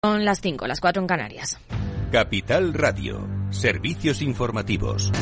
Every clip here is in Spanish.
Son las 5, las 4 en Canarias. Capital Radio, servicios informativos.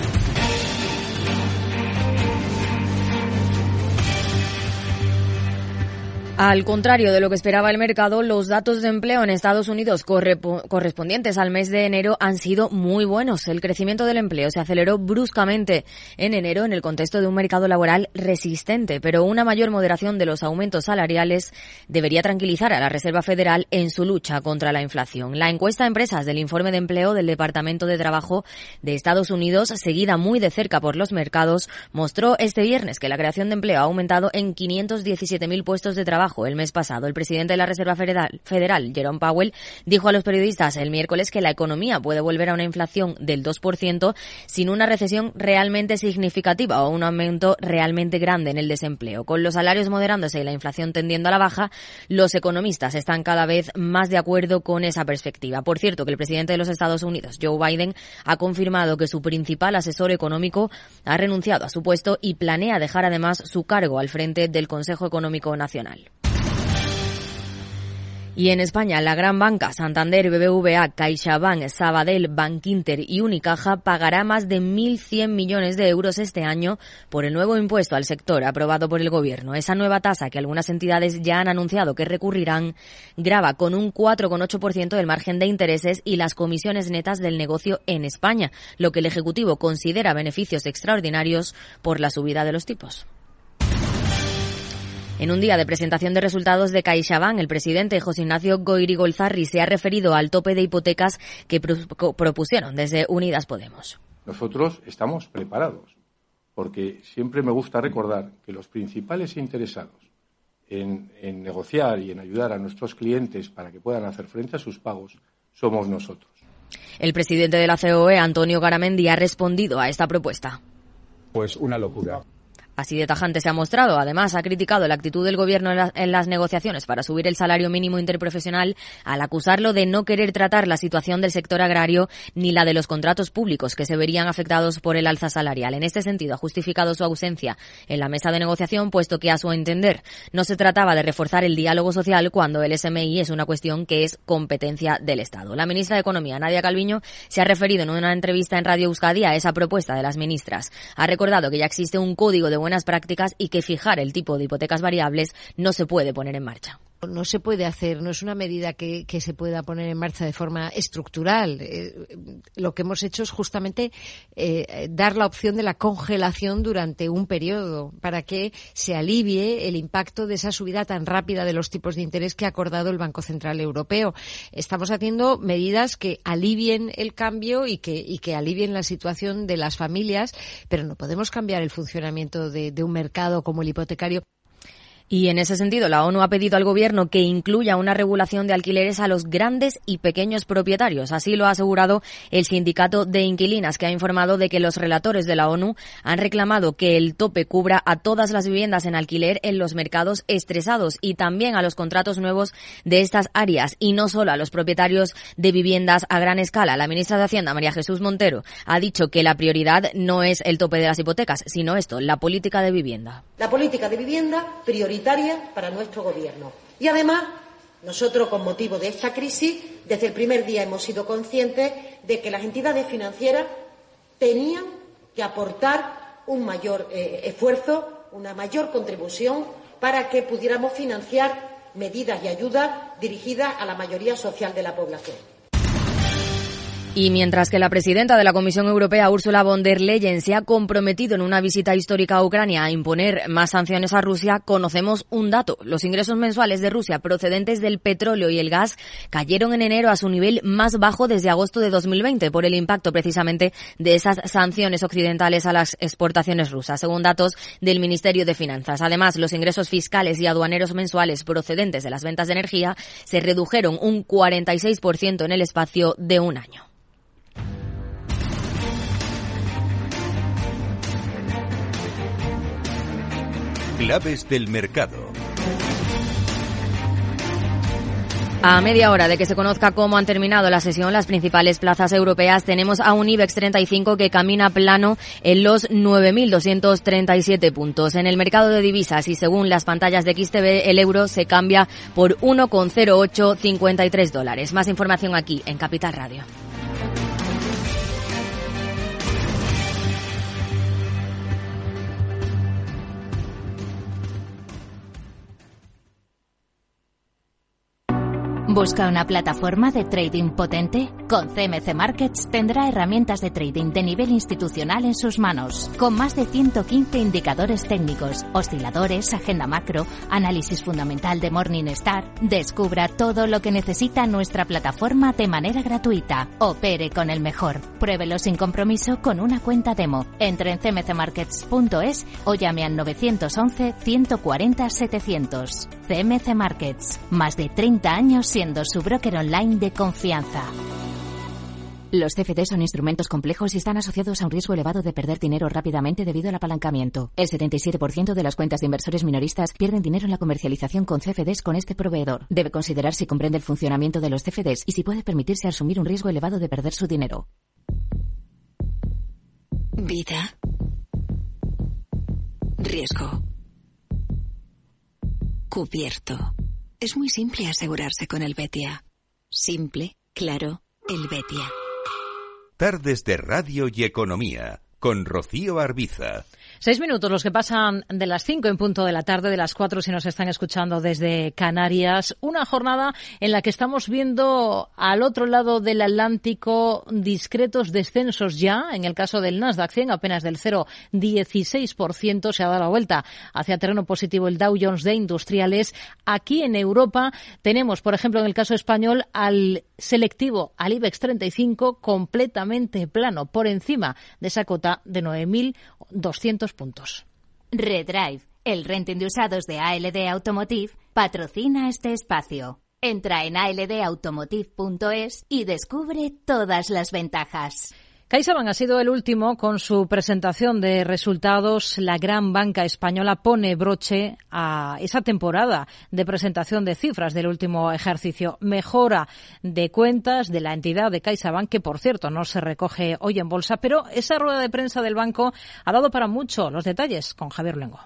Al contrario de lo que esperaba el mercado, los datos de empleo en Estados Unidos correspondientes al mes de enero han sido muy buenos. El crecimiento del empleo se aceleró bruscamente en enero en el contexto de un mercado laboral resistente, pero una mayor moderación de los aumentos salariales debería tranquilizar a la Reserva Federal en su lucha contra la inflación. La encuesta de empresas del informe de empleo del Departamento de Trabajo de Estados Unidos, seguida muy de cerca por los mercados, mostró este viernes que la creación de empleo ha aumentado en 517.000 puestos de trabajo el mes pasado. El presidente de la Reserva Federal, Jerome Powell, dijo a los periodistas el miércoles que la economía puede volver a una inflación del 2% sin una recesión realmente significativa o un aumento realmente grande en el desempleo. Con los salarios moderándose y la inflación tendiendo a la baja, los economistas están cada vez más de acuerdo con esa perspectiva. Por cierto, que el presidente de los Estados Unidos, Joe Biden, ha confirmado que su principal asesor económico ha renunciado a su puesto y planea dejar además su cargo al frente del Consejo Económico Nacional. Y en España, la gran banca Santander, BBVA, CaixaBank, Sabadell, Bankinter y Unicaja pagará más de 1.100 millones de euros este año por el nuevo impuesto al sector aprobado por el Gobierno. Esa nueva tasa, que algunas entidades ya han anunciado que recurrirán, grava con un 4,8% el margen de intereses y las comisiones netas del negocio en España, lo que el Ejecutivo considera beneficios extraordinarios por la subida de los tipos. En un día de presentación de resultados de CaixaBank, el presidente José Ignacio Goirigolzarri se ha referido al tope de hipotecas que propusieron desde Unidas Podemos. Nosotros estamos preparados, porque siempre me gusta recordar que los principales interesados en negociar y en ayudar a nuestros clientes para que puedan hacer frente a sus pagos somos nosotros. El presidente de la COE, Antonio Garamendi, ha respondido a esta propuesta. Pues una locura. Así de tajante se ha mostrado. Además, ha criticado la actitud del Gobierno en las negociaciones para subir el salario mínimo interprofesional al acusarlo de no querer tratar la situación del sector agrario ni la de los contratos públicos que se verían afectados por el alza salarial. En este sentido, ha justificado su ausencia en la mesa de negociación, puesto que, a su entender, no se trataba de reforzar el diálogo social cuando el SMI es una cuestión que es competencia del Estado. La ministra de Economía, Nadia Calviño, se ha referido en una entrevista en Radio Euskadi a esa propuesta de las ministras. Ha recordado que ya existe un código de buenas prácticas y que fijar el tipo de hipotecas variables no se puede poner en marcha. No se puede hacer, no es una medida que se pueda poner en marcha de forma estructural. Lo que hemos hecho es justamente dar la opción de la congelación durante un periodo para que se alivie el impacto de esa subida tan rápida de los tipos de interés que ha acordado el Banco Central Europeo. Estamos haciendo medidas que alivien el cambio y que alivien la situación de las familias, pero no podemos cambiar el funcionamiento de un mercado como el hipotecario. Y en ese sentido, la ONU ha pedido al Gobierno que incluya una regulación de alquileres a los grandes y pequeños propietarios. Así lo ha asegurado el Sindicato de Inquilinas, que ha informado de que los relatores de la ONU han reclamado que el tope cubra a todas las viviendas en alquiler en los mercados estresados y también a los contratos nuevos de estas áreas y no solo a los propietarios de viviendas a gran escala. La ministra de Hacienda, María Jesús Montero, ha dicho que la prioridad no es el tope de las hipotecas, sino esto, la política de vivienda. La política de vivienda prioritaria para nuestro Gobierno. Y además, nosotros, con motivo de esta crisis, desde el primer día hemos sido conscientes de que las entidades financieras tenían que aportar un mayor esfuerzo, una mayor contribución para que pudiéramos financiar medidas y ayudas dirigidas a la mayoría social de la población. Y mientras que la presidenta de la Comisión Europea, Ursula von der Leyen, se ha comprometido en una visita histórica a Ucrania a imponer más sanciones a Rusia, conocemos un dato. Los ingresos mensuales de Rusia procedentes del petróleo y el gas cayeron en enero a su nivel más bajo desde agosto de 2020 por el impacto precisamente de esas sanciones occidentales a las exportaciones rusas, según datos del Ministerio de Finanzas. Además, los ingresos fiscales y aduaneros mensuales procedentes de las ventas de energía se redujeron un 46% en el espacio de un año. Claves del mercado. A media hora de que se conozca cómo han terminado la sesión las principales plazas europeas, tenemos a un IBEX 35 que camina plano en los 9.237 puntos. En el mercado de divisas y según las pantallas de XTV, el euro se cambia por 1,0853 dólares. Más información aquí en Capital Radio. ¿Busca una plataforma de trading potente? Con CMC Markets tendrá herramientas de trading de nivel institucional en sus manos, con más de 115 indicadores técnicos, osciladores, agenda macro, análisis fundamental de Morningstar. Descubra todo lo que necesita nuestra plataforma de manera gratuita. Opere con el mejor. Pruébelo sin compromiso con una cuenta demo. Entre en cmcmarkets.es o llame al 911 140 700. CMC Markets. Más de 30 años siendo su broker online de confianza. Los CFD son instrumentos complejos y están asociados a un riesgo elevado de perder dinero rápidamente debido al apalancamiento. El 77% de las cuentas de inversores minoristas pierden dinero en la comercialización con CFDs con este proveedor. Debe considerar si comprende el funcionamiento de los CFDs y si puede permitirse asumir un riesgo elevado de perder su dinero. Vida. Riesgo. Cubierto. Es muy simple asegurarse con el Betia. Simple, claro, el Betia. Tardes de Radio y Economía, con Rocío Arbiza. 6 minutos los que pasan de las 5 en punto de la tarde, de las 4 si nos están escuchando desde Canarias. Una jornada en la que estamos viendo al otro lado del Atlántico discretos descensos ya. En el caso del Nasdaq 100, apenas del 0,16% se ha dado la vuelta hacia terreno positivo el Dow Jones de Industriales. Aquí en Europa tenemos, por ejemplo, en el caso español, al selectivo, al IBEX 35, completamente plano, por encima de esa cota de 9.200 puntos. Redrive, el renting de usados de ALD Automotive, patrocina este espacio. Entra en aldautomotive.es y descubre todas las ventajas. CaixaBank ha sido el último con su presentación de resultados. La gran banca española pone broche a esa temporada de presentación de cifras del último ejercicio. Mejora de cuentas de la entidad de CaixaBank, que por cierto no se recoge hoy en bolsa, pero esa rueda de prensa del banco ha dado para mucho. Los detalles con Javier Luengo.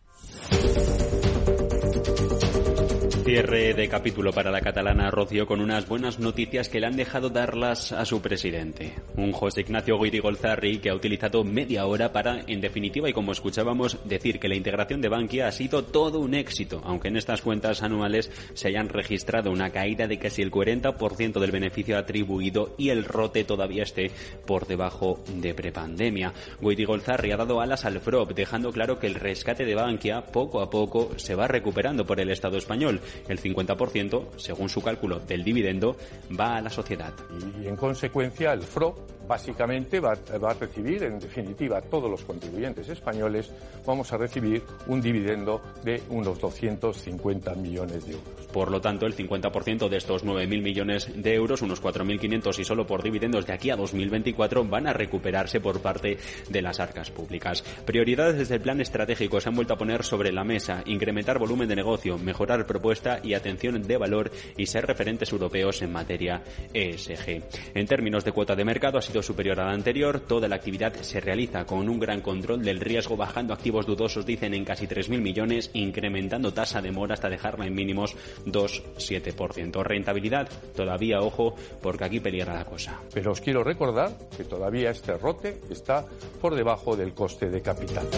Cierre de capítulo para la catalana, Rocío, con unas buenas noticias que le han dejado darlas a su presidente. Un José Ignacio Goyri-Golzarri que ha utilizado media hora para, en definitiva, y como escuchábamos, decir que la integración de Bankia ha sido todo un éxito, aunque en estas cuentas anuales se hayan registrado una caída de casi el 40% del beneficio atribuido y el ROTE todavía esté por debajo de prepandemia. Goyri-Golzarri ha dado alas al FROB, dejando claro que el rescate de Bankia poco a poco se va recuperando por el Estado español. El 50%, según su cálculo del dividendo, va a la sociedad. Y en consecuencia el FROB básicamente va a recibir, en definitiva, todos los contribuyentes españoles vamos a recibir un dividendo de unos 250 millones de euros. Por lo tanto, el 50% de estos 9.000 millones de euros, unos 4.500 y solo por dividendos de aquí a 2024, van a recuperarse por parte de las arcas públicas. Prioridades desde el plan estratégico se han vuelto a poner sobre la mesa: incrementar volumen de negocio, mejorar propuesta y atención de valor y ser referentes europeos en materia ESG. En términos de cuota de mercado ha sido superior a la anterior. Toda la actividad se realiza con un gran control del riesgo, bajando activos dudosos, dicen, en casi 3.000 millones, incrementando tasa de mora hasta dejarla en mínimos 2,7%. Rentabilidad, todavía ojo, porque aquí peligra la cosa. Pero os quiero recordar que todavía este ROTE está por debajo del coste de capital.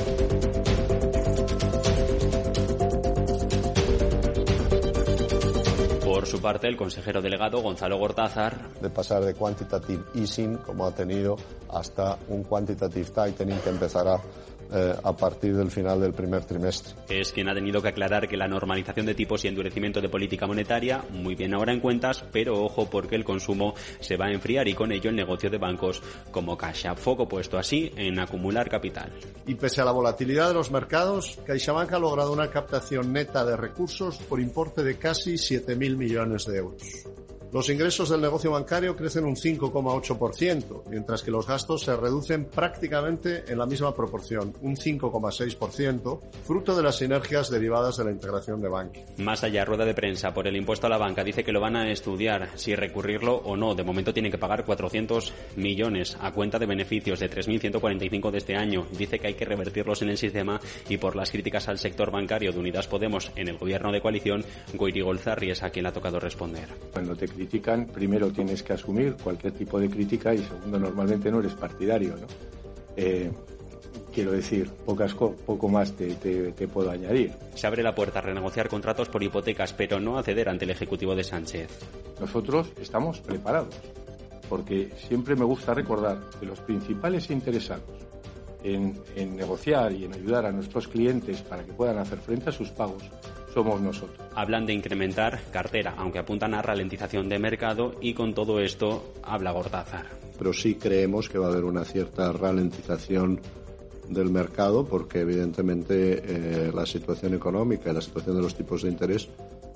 Por su parte, el consejero delegado Gonzalo Gortázar, de pasar de quantitative easing, como ha tenido, hasta un quantitative tightening que empezará a partir del final del primer trimestre. Es quien ha tenido que aclarar que la normalización de tipos y endurecimiento de política monetaria, muy bien ahora en cuentas, pero ojo porque el consumo se va a enfriar y con ello el negocio de bancos como Caixa. Foco puesto así en acumular capital. Y pese a la volatilidad de los mercados, CaixaBank ha logrado una captación neta de recursos por importe de casi 7.000 millones de euros. Los ingresos del negocio bancario crecen un 5,8%, mientras que los gastos se reducen prácticamente en la misma proporción, un 5,6%, fruto de las sinergias derivadas de la integración de Bankia. Más allá, rueda de prensa por el impuesto a la banca. Dice que lo van a estudiar, si recurrirlo o no. De momento tienen que pagar 400 millones a cuenta de beneficios de 3.145 de este año. Dice que hay que revertirlos en el sistema y por las críticas al sector bancario de Unidas Podemos en el gobierno de coalición, Goirigolzarri es a quien le ha tocado responder. Cuando te critican, primero tienes que asumir cualquier tipo de crítica y segundo, normalmente no eres partidario, ¿no? Quiero decir, poco más te puedo añadir. Se abre la puerta a renegociar contratos por hipotecas, pero no a ceder ante el Ejecutivo de Sánchez. Nosotros estamos preparados, porque siempre me gusta recordar que los principales interesados en negociar y en ayudar a nuestros clientes para que puedan hacer frente a sus pagos somos nosotros. Hablan de incrementar cartera, aunque apuntan a ralentización de mercado y con todo esto habla Gortázar. Pero sí creemos que va a haber una cierta ralentización del mercado porque evidentemente la situación económica y la situación de los tipos de interés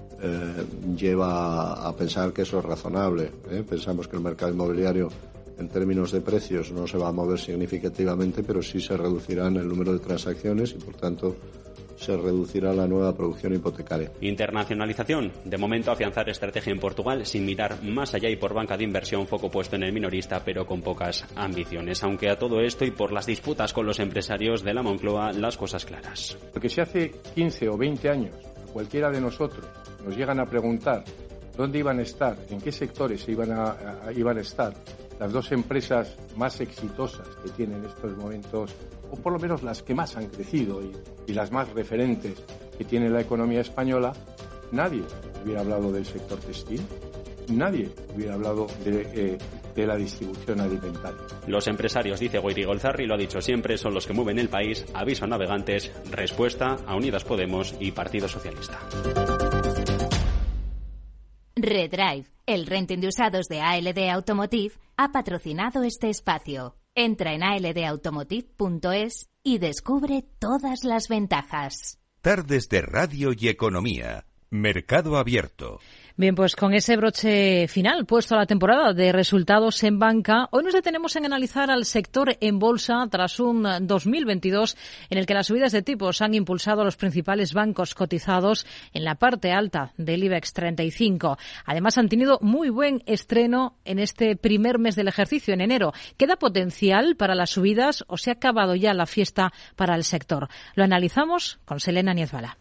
lleva a pensar que eso es razonable. Pensamos que el mercado inmobiliario en términos de precios no se va a mover significativamente, pero sí se reducirán el número de transacciones y por tanto se reducirá la nueva producción hipotecaria. Internacionalización. De momento, afianzar estrategia en Portugal sin mirar más allá y por banca de inversión, foco puesto en el minorista, pero con pocas ambiciones. Aunque a todo esto y por las disputas con los empresarios de la Moncloa, las cosas claras. Porque si hace 15 o 20 años cualquiera de nosotros nos llegan a preguntar dónde iban a estar, en qué sectores iban a estar las dos empresas más exitosas que tienen en estos momentos, o por lo menos las que más han crecido y las más referentes que tiene la economía española, nadie hubiera hablado del sector textil, nadie hubiera hablado de la distribución alimentaria. Los empresarios, dice Goirigolzarri, lo ha dicho siempre, son los que mueven el país. Aviso a navegantes, respuesta a Unidas Podemos y Partido Socialista. Redrive, el renting de usados de ALD Automotive, ha patrocinado este espacio. Entra en aldautomotive.es y descubre todas las ventajas. Tardes de Radio y Economía. Mercado Abierto. Bien, pues con ese broche final puesto a la temporada de resultados en banca, hoy nos detenemos en analizar al sector en bolsa tras un 2022 en el que las subidas de tipos han impulsado a los principales bancos cotizados en la parte alta del IBEX 35. Además, han tenido muy buen estreno en este primer mes del ejercicio, en enero. ¿Queda potencial para las subidas o se ha acabado ya la fiesta para el sector? Lo analizamos con Selena Niezbala.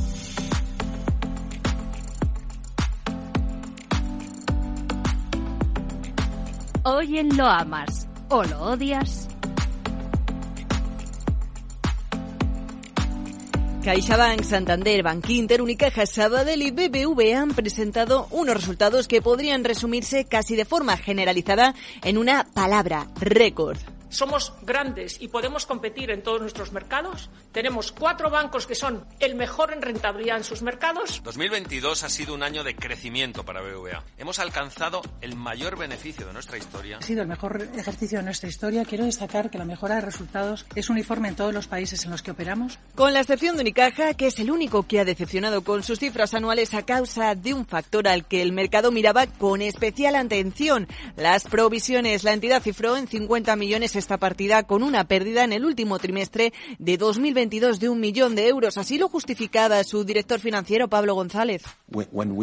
Hoy en Lo Amas o Lo Odias. CaixaBank, Santander, Bankinter, Unicaja, Sabadell y BBVA han presentado unos resultados que podrían resumirse casi de forma generalizada en una palabra: récord. Somos grandes y podemos competir en todos nuestros mercados. Tenemos 4 bancos que son el mejor en rentabilidad en sus mercados. 2022 ha sido un año de crecimiento para BBVA. Hemos alcanzado el mayor beneficio de nuestra historia. Ha sido el mejor ejercicio de nuestra historia. Quiero destacar que la mejora de resultados es uniforme en todos los países en los que operamos. Con la excepción de Unicaja, que es el único que ha decepcionado con sus cifras anuales a causa de un factor al que el mercado miraba con especial atención: las provisiones. La entidad cifró en 50 millones esta partida, con una pérdida en el último trimestre de 2022 de 1 millón de euros. Así lo justificaba su director financiero, Pablo González. Cuando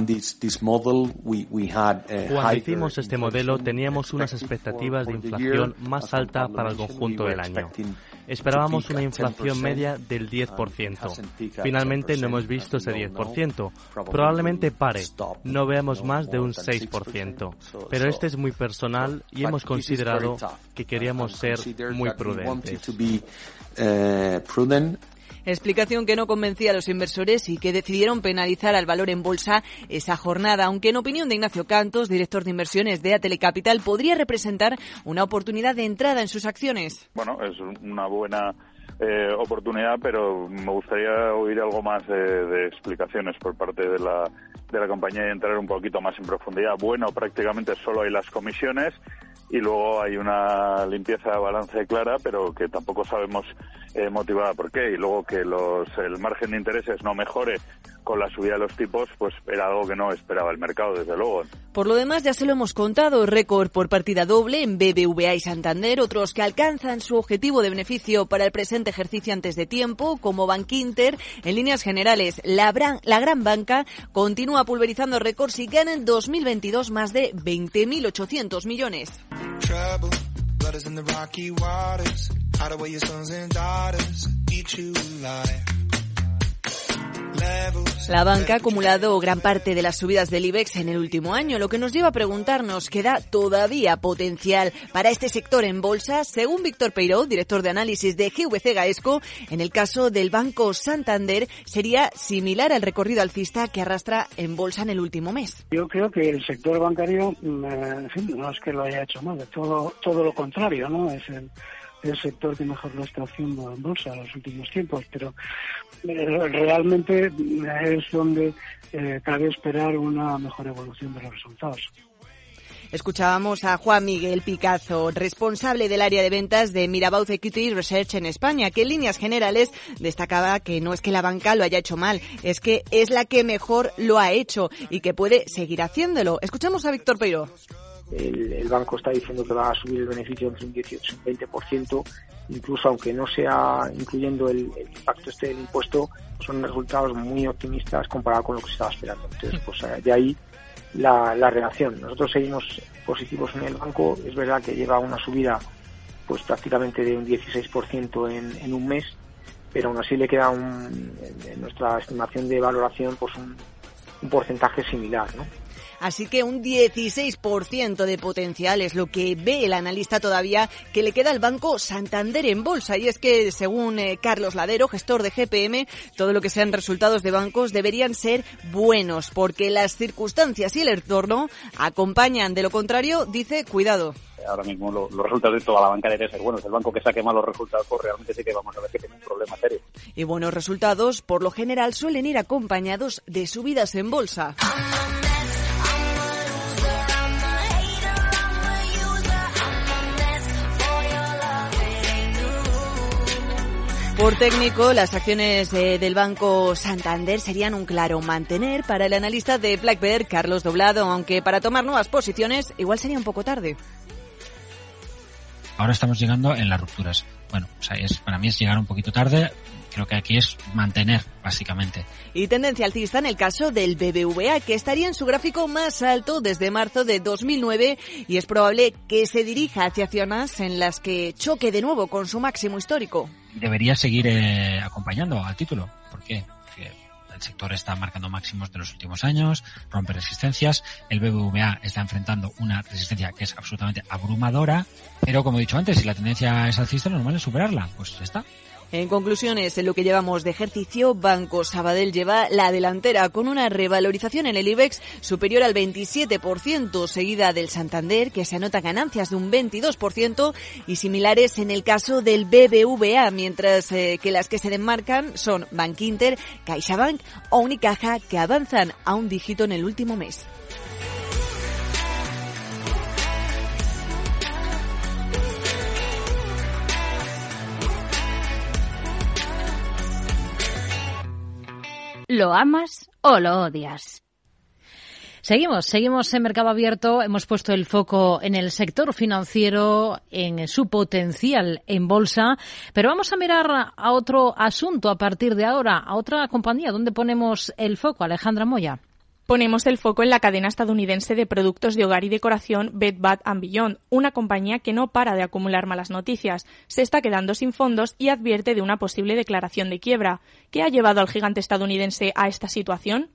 hicimos este modelo teníamos unas expectativas de inflación más alta para el conjunto del año. Esperábamos una inflación media del 10%. Finalmente no hemos visto ese 10%. Probablemente pare. No veamos más de un 6%. Pero este es muy personal y hemos considerado que queríamos ser muy prudentes. Explicación que no convencía a los inversores y que decidieron penalizar al valor en bolsa esa jornada, aunque en opinión de Ignacio Cantos, director de inversiones de Atelecapital, podría representar una oportunidad de entrada en sus acciones. Bueno, es una buena oportunidad, pero me gustaría oír algo más de explicaciones por parte de la compañía y entrar un poquito más en profundidad. Bueno, prácticamente solo hay las comisiones y luego hay una limpieza de balance clara, pero que tampoco sabemos motivada por qué. Y luego que el margen de intereses no mejore con la subida de los tipos, pues era algo que no esperaba el mercado, desde luego. Por lo demás, ya se lo hemos contado, récord por partida doble en BBVA y Santander, otros que alcanzan su objetivo de beneficio para el presente ejercicio antes de tiempo, como Bankinter. En líneas generales, la gran banca continúa pulverizando récords y gana en 2022 más de 20.800 millones. La banca ha acumulado gran parte de las subidas del IBEX en el último año, lo que nos lleva a preguntarnos, ¿queda todavía potencial para este sector en bolsa? Según Víctor Peiró, director de análisis de GVC Gaesco, en el caso del Banco Santander sería similar al recorrido alcista que arrastra en bolsa en el último mes. Yo creo que el sector bancario, en fin, no es que lo haya hecho mal, todo lo contrario, ¿no? Es el sector que mejor lo está haciendo en bolsa en los últimos tiempos, pero realmente es donde cabe esperar una mejor evolución de los resultados. Escuchábamos a Juan Miguel Picazo, responsable del área de ventas de Mirabaud Equity Research en España, que en líneas generales destacaba que no es que la banca lo haya hecho mal, es que es la que mejor lo ha hecho y que puede seguir haciéndolo. Escuchamos a Víctor Peiró. El banco está diciendo que va a subir el beneficio entre un 18 y un 20%, incluso aunque no sea incluyendo el impacto del impuesto, son resultados muy optimistas comparado con lo que se estaba esperando. Entonces, pues de ahí la reacción. Nosotros seguimos positivos en el banco, es verdad que lleva una subida pues prácticamente de un 16% en un mes, pero aún así le queda en nuestra estimación de valoración pues un porcentaje similar, ¿no? Así que un 16% de potencial es lo que ve el analista todavía que le queda al Banco Santander en bolsa. Y es que, según Carlos Ladero, gestor de GPM, todo lo que sean resultados de bancos deberían ser buenos, porque las circunstancias y el entorno acompañan. De lo contrario, dice, cuidado. Ahora mismo los resultados de toda la banca deben ser buenos. El banco que saque malos resultados, pues realmente sí que vamos a ver que tiene un problema serio. Y buenos resultados, por lo general, suelen ir acompañados de subidas en bolsa. Por técnico, las acciones del Banco Santander serían un claro mantener para el analista de Black Bear, Carlos Doblado, aunque para tomar nuevas posiciones igual sería un poco tarde. Ahora estamos llegando en las rupturas. Bueno, o sea, para mí es llegar un poquito tarde. Creo que aquí es mantener, básicamente. Y tendencia alcista en el caso del BBVA, que estaría en su gráfico más alto desde marzo de 2009 y es probable que se dirija hacia zonas en las que choque de nuevo con su máximo histórico. Debería seguir acompañando al título. ¿Por qué? Porque el sector está marcando máximos de los últimos años, rompe resistencias. El BBVA está enfrentando una resistencia que es absolutamente abrumadora, pero como he dicho antes, si la tendencia es alcista, lo normal es superarla. Pues ya está. En conclusiones, en lo que llevamos de ejercicio, Banco Sabadell lleva la delantera con una revalorización en el IBEX superior al 27%, seguida del Santander, que se anota ganancias de un 22%, y similares en el caso del BBVA, mientras que las que se desmarcan son Bankinter, CaixaBank o Unicaja, que avanzan a un dígito en el último mes. ¿Lo amas o lo odias? Seguimos en Mercado Abierto. Hemos puesto el foco en el sector financiero, en su potencial en bolsa, pero vamos a mirar a otro asunto a partir de ahora, a otra compañía. ¿Dónde ponemos el foco, Alejandra Moya? Ponemos el foco en la cadena estadounidense de productos de hogar y decoración Bed Bath & Beyond, una compañía que no para de acumular malas noticias, se está quedando sin fondos y advierte de una posible declaración de quiebra. ¿Qué ha llevado al gigante estadounidense a esta situación?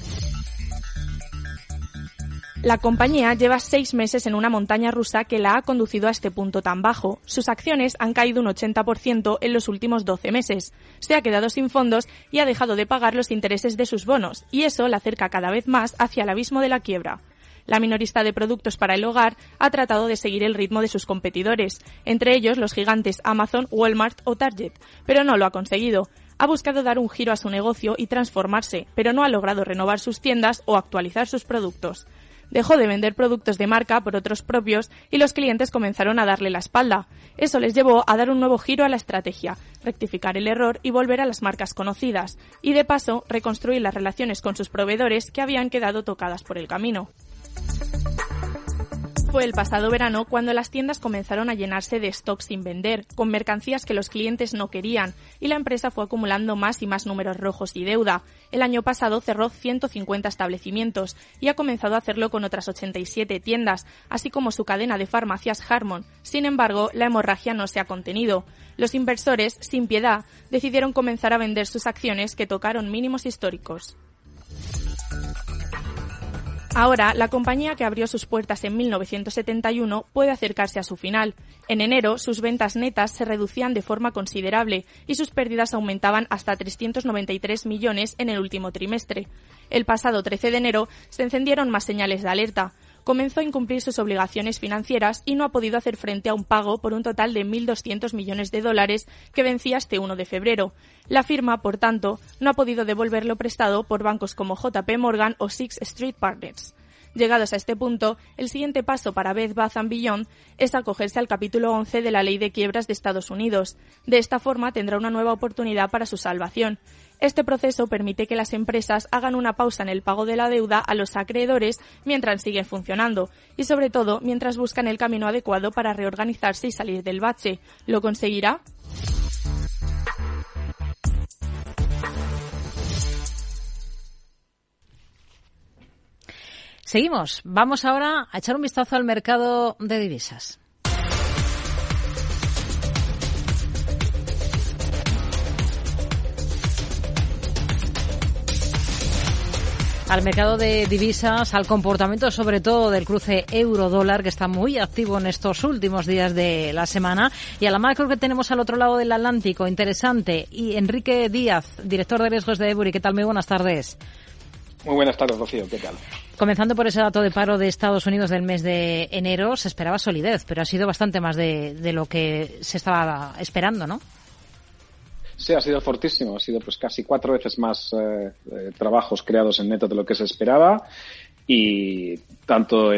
La compañía lleva 6 meses en una montaña rusa que la ha conducido a este punto tan bajo. Sus acciones han caído un 80% en los últimos 12 meses. Se ha quedado sin fondos y ha dejado de pagar los intereses de sus bonos, y eso la acerca cada vez más hacia el abismo de la quiebra. La minorista de productos para el hogar ha tratado de seguir el ritmo de sus competidores, entre ellos los gigantes Amazon, Walmart o Target, pero no lo ha conseguido. Ha buscado dar un giro a su negocio y transformarse, pero no ha logrado renovar sus tiendas o actualizar sus productos. Dejó de vender productos de marca por otros propios y los clientes comenzaron a darle la espalda. Eso les llevó a dar un nuevo giro a la estrategia, rectificar el error y volver a las marcas conocidas, y de paso reconstruir las relaciones con sus proveedores que habían quedado tocadas por el camino. Fue el pasado verano cuando las tiendas comenzaron a llenarse de stock sin vender, con mercancías que los clientes no querían, y la empresa fue acumulando más y más números rojos y deuda. El año pasado cerró 150 establecimientos y ha comenzado a hacerlo con otras 87 tiendas, así como su cadena de farmacias Harmon. Sin embargo, la hemorragia no se ha contenido. Los inversores, sin piedad, decidieron comenzar a vender sus acciones que tocaron mínimos históricos. Ahora, la compañía, que abrió sus puertas en 1971, puede acercarse a su final. En enero, sus ventas netas se reducían de forma considerable y sus pérdidas aumentaban hasta 393 millones en el último trimestre. El pasado 13 de enero se encendieron más señales de alerta. Comenzó a incumplir sus obligaciones financieras y no ha podido hacer frente a un pago por un total de $1.200 millones que vencía este 1 de febrero. La firma, por tanto, no ha podido devolver lo prestado por bancos como JP Morgan o Sixth Street Partners. Llegados a este punto, el siguiente paso para Bed Bath & Beyond es acogerse al capítulo 11 de la Ley de Quiebras de Estados Unidos. De esta forma tendrá una nueva oportunidad para su salvación. Este proceso permite que las empresas hagan una pausa en el pago de la deuda a los acreedores mientras siguen funcionando y, sobre todo, mientras buscan el camino adecuado para reorganizarse y salir del bache. ¿Lo conseguirá? Seguimos. Vamos ahora a echar un vistazo al mercado de divisas. Al mercado de divisas, al comportamiento sobre todo del cruce euro-dólar, que está muy activo en estos últimos días de la semana, y a la macro que tenemos al otro lado del Atlántico, interesante. Y Enrique Díaz, director de riesgos de Ebury, ¿qué tal? Muy buenas tardes. Muy buenas tardes, Rocío, ¿qué tal? Comenzando por ese dato de paro de Estados Unidos del mes de enero, se esperaba solidez, pero ha sido bastante más de lo que se estaba esperando, ¿no? Sí, ha sido fortísimo, ha sido pues casi 4 veces más trabajos creados en neto de lo que se esperaba, y tanto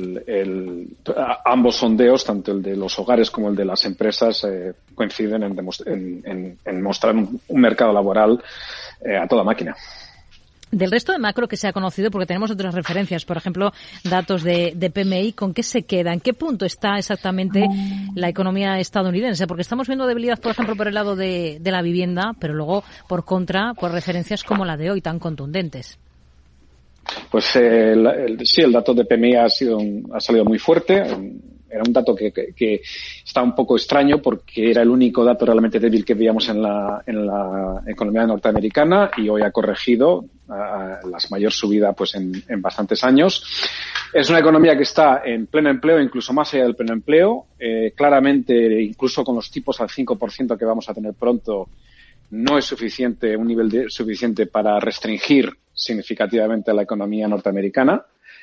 ambos sondeos, tanto el de los hogares como el de las empresas, coinciden en mostrar un mercado laboral a toda máquina. Del resto de macro que se ha conocido, porque tenemos otras referencias, por ejemplo, datos de PMI, ¿con qué se queda? ¿En qué punto está exactamente la economía estadounidense? Porque estamos viendo debilidad, por ejemplo, por el lado de la vivienda, pero luego, por contra, por referencias como la de hoy, tan contundentes. Pues sí, el dato de PMI ha salido muy fuerte. Era un dato que está un poco extraño porque era el único dato realmente débil que veíamos en la economía norteamericana, y hoy ha corregido a la mayor subida pues en bastantes años. Es una economía que está en pleno empleo, incluso más allá del pleno empleo. Claramente, incluso con los tipos al 5% que vamos a tener pronto, no es suficiente, un nivel suficiente para restringir significativamente a la economía norteamericana.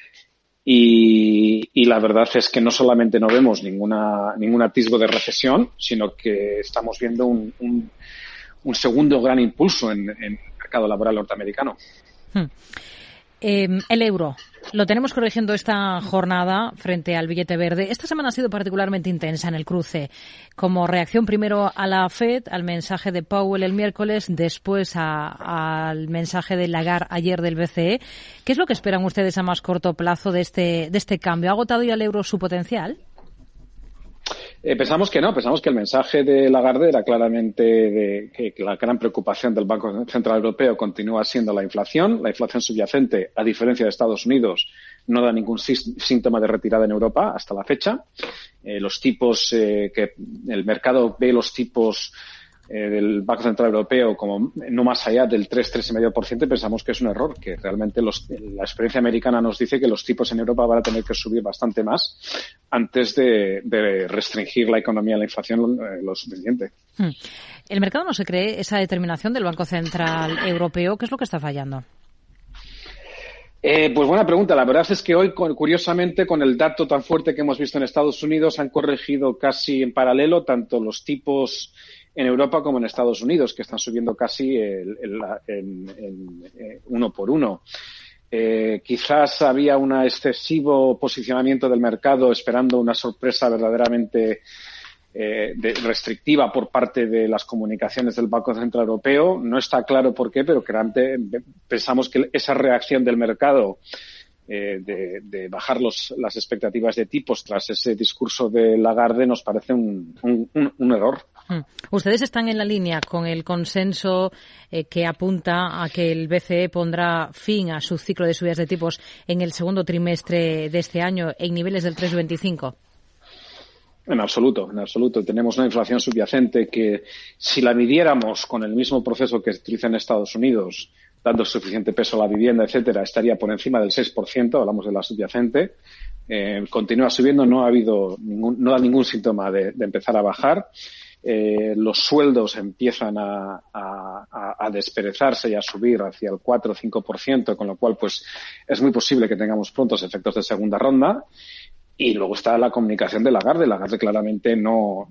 Y la verdad es que no solamente no vemos ningún atisbo de recesión, sino que estamos viendo un segundo gran impulso en el mercado laboral norteamericano. El euro. Lo tenemos corrigiendo esta jornada frente al billete verde. Esta semana ha sido particularmente intensa en el cruce, como reacción primero a la FED, al mensaje de Powell el miércoles, después al mensaje de Lagarde ayer del BCE. ¿Qué es lo que esperan ustedes a más corto plazo de este cambio? ¿Ha agotado ya el euro su potencial? Pensamos que no, pensamos que el mensaje de Lagarde era claramente que la gran preocupación del Banco Central Europeo continúa siendo la inflación. La inflación subyacente, a diferencia de Estados Unidos, no da ningún síntoma de retirada en Europa hasta la fecha. Los tipos, que el mercado ve los tipos del Banco Central Europeo como no más allá del 3,5%, pensamos que es un error, que realmente la experiencia americana nos dice que los tipos en Europa van a tener que subir bastante más antes de restringir la economía y la inflación lo suficiente. ¿El mercado no se cree esa determinación del Banco Central Europeo? ¿Qué es lo que está fallando? Pues buena pregunta. La verdad es que hoy, curiosamente, con el dato tan fuerte que hemos visto en Estados Unidos, han corregido casi en paralelo tanto los tipos en Europa como en Estados Unidos, que están subiendo casi uno por uno. Quizás había un excesivo posicionamiento del mercado esperando una sorpresa verdaderamente restrictiva por parte de las comunicaciones del Banco Central Europeo. No está claro por qué, pero pensamos que esa reacción del mercado de bajar las expectativas de tipos tras ese discurso de Lagarde nos parece un error. Ustedes están en la línea con el consenso que apunta a que el BCE pondrá fin a su ciclo de subidas de tipos en el segundo trimestre de este año en niveles del 3,25. En absoluto. Tenemos una inflación subyacente que, si la midiéramos con el mismo proceso que se utiliza en Estados Unidos, dando suficiente peso a la vivienda, etcétera, estaría por encima del 6%, hablamos de la subyacente. Continúa subiendo, no da ningún síntoma de empezar a bajar. Los sueldos empiezan a desperezarse y a subir hacia el 4 o 5%, con lo cual pues es muy posible que tengamos prontos efectos de segunda ronda. Y luego está la comunicación de Lagarde. Lagarde claramente no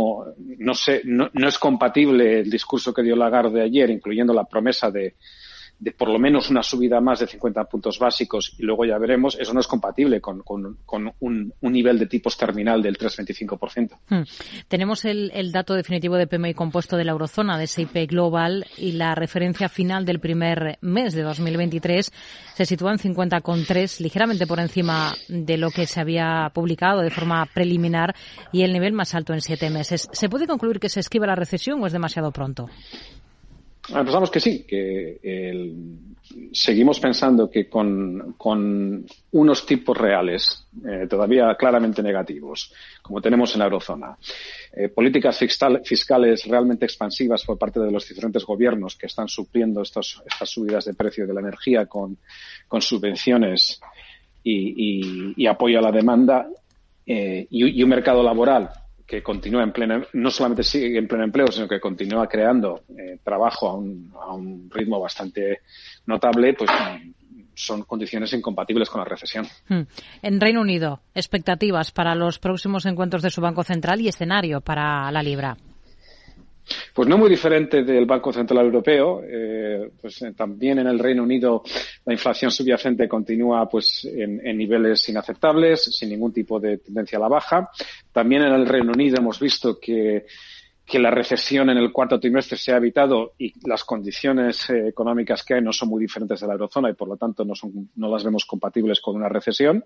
es compatible el discurso que dio Lagarde ayer, incluyendo la promesa de por lo menos una subida más de 50 puntos básicos, y luego ya veremos. Eso no es compatible con un nivel de tipos terminal del 3,25%. Tenemos el dato definitivo de PMI compuesto de la eurozona, de S&P Global, y la referencia final del primer mes de 2023 se sitúa en 50,3, ligeramente por encima de lo que se había publicado de forma preliminar y el nivel más alto en 7 meses. ¿Se puede concluir que se esquiva la recesión o es demasiado pronto? Pensamos que sí, que seguimos pensando que con unos tipos reales todavía claramente negativos, como tenemos en la eurozona, políticas fiscales realmente expansivas por parte de los diferentes gobiernos que están supliendo estas subidas de precio de la energía con subvenciones y apoyo a la demanda, y un mercado laboral que continúa no solamente sigue en pleno empleo, sino que continúa creando trabajo a un ritmo bastante notable, pues son condiciones incompatibles con la recesión. En Reino Unido, expectativas para los próximos encuentros de su Banco Central y escenario para la libra. Pues no muy diferente del Banco Central Europeo. También en el Reino Unido la inflación subyacente continúa pues en niveles inaceptables, sin ningún tipo de tendencia a la baja. También en el Reino Unido hemos visto que la recesión en el cuarto trimestre se ha evitado y las condiciones económicas que hay no son muy diferentes de la eurozona y por lo tanto no las vemos compatibles con una recesión.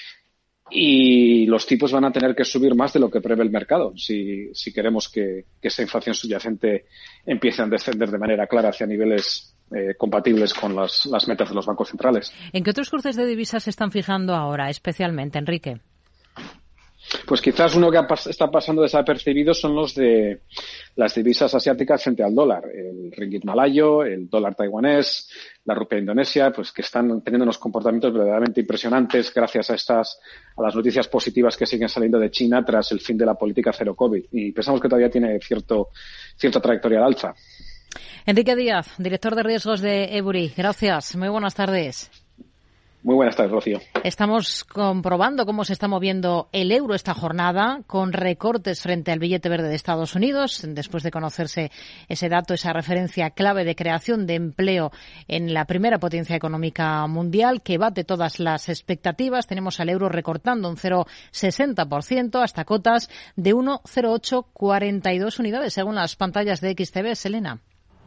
Y los tipos van a tener que subir más de lo que prevé el mercado si queremos que esa inflación subyacente empiece a descender de manera clara hacia niveles compatibles con las metas de los bancos centrales. ¿En qué otros cruces de divisas se están fijando ahora, especialmente, Enrique? Pues quizás uno que está pasando desapercibido son los de las divisas asiáticas frente al dólar. El ringgit malayo, el dólar taiwanés, la rupia indonesia, pues que están teniendo unos comportamientos verdaderamente impresionantes gracias a las noticias positivas que siguen saliendo de China tras el fin de la política cero COVID. Y pensamos que todavía tiene cierta trayectoria al alza. Enrique Díaz, director de riesgos de Ebury. Gracias. Muy buenas tardes. Muy buenas tardes, Rocío. Estamos comprobando cómo se está moviendo el euro esta jornada, con recortes frente al billete verde de Estados Unidos, después de conocerse ese dato, esa referencia clave de creación de empleo en la primera potencia económica mundial, que bate todas las expectativas. Tenemos al euro recortando un 0,60% hasta cotas de 1,0842 unidades, según las pantallas de XTB. Selena.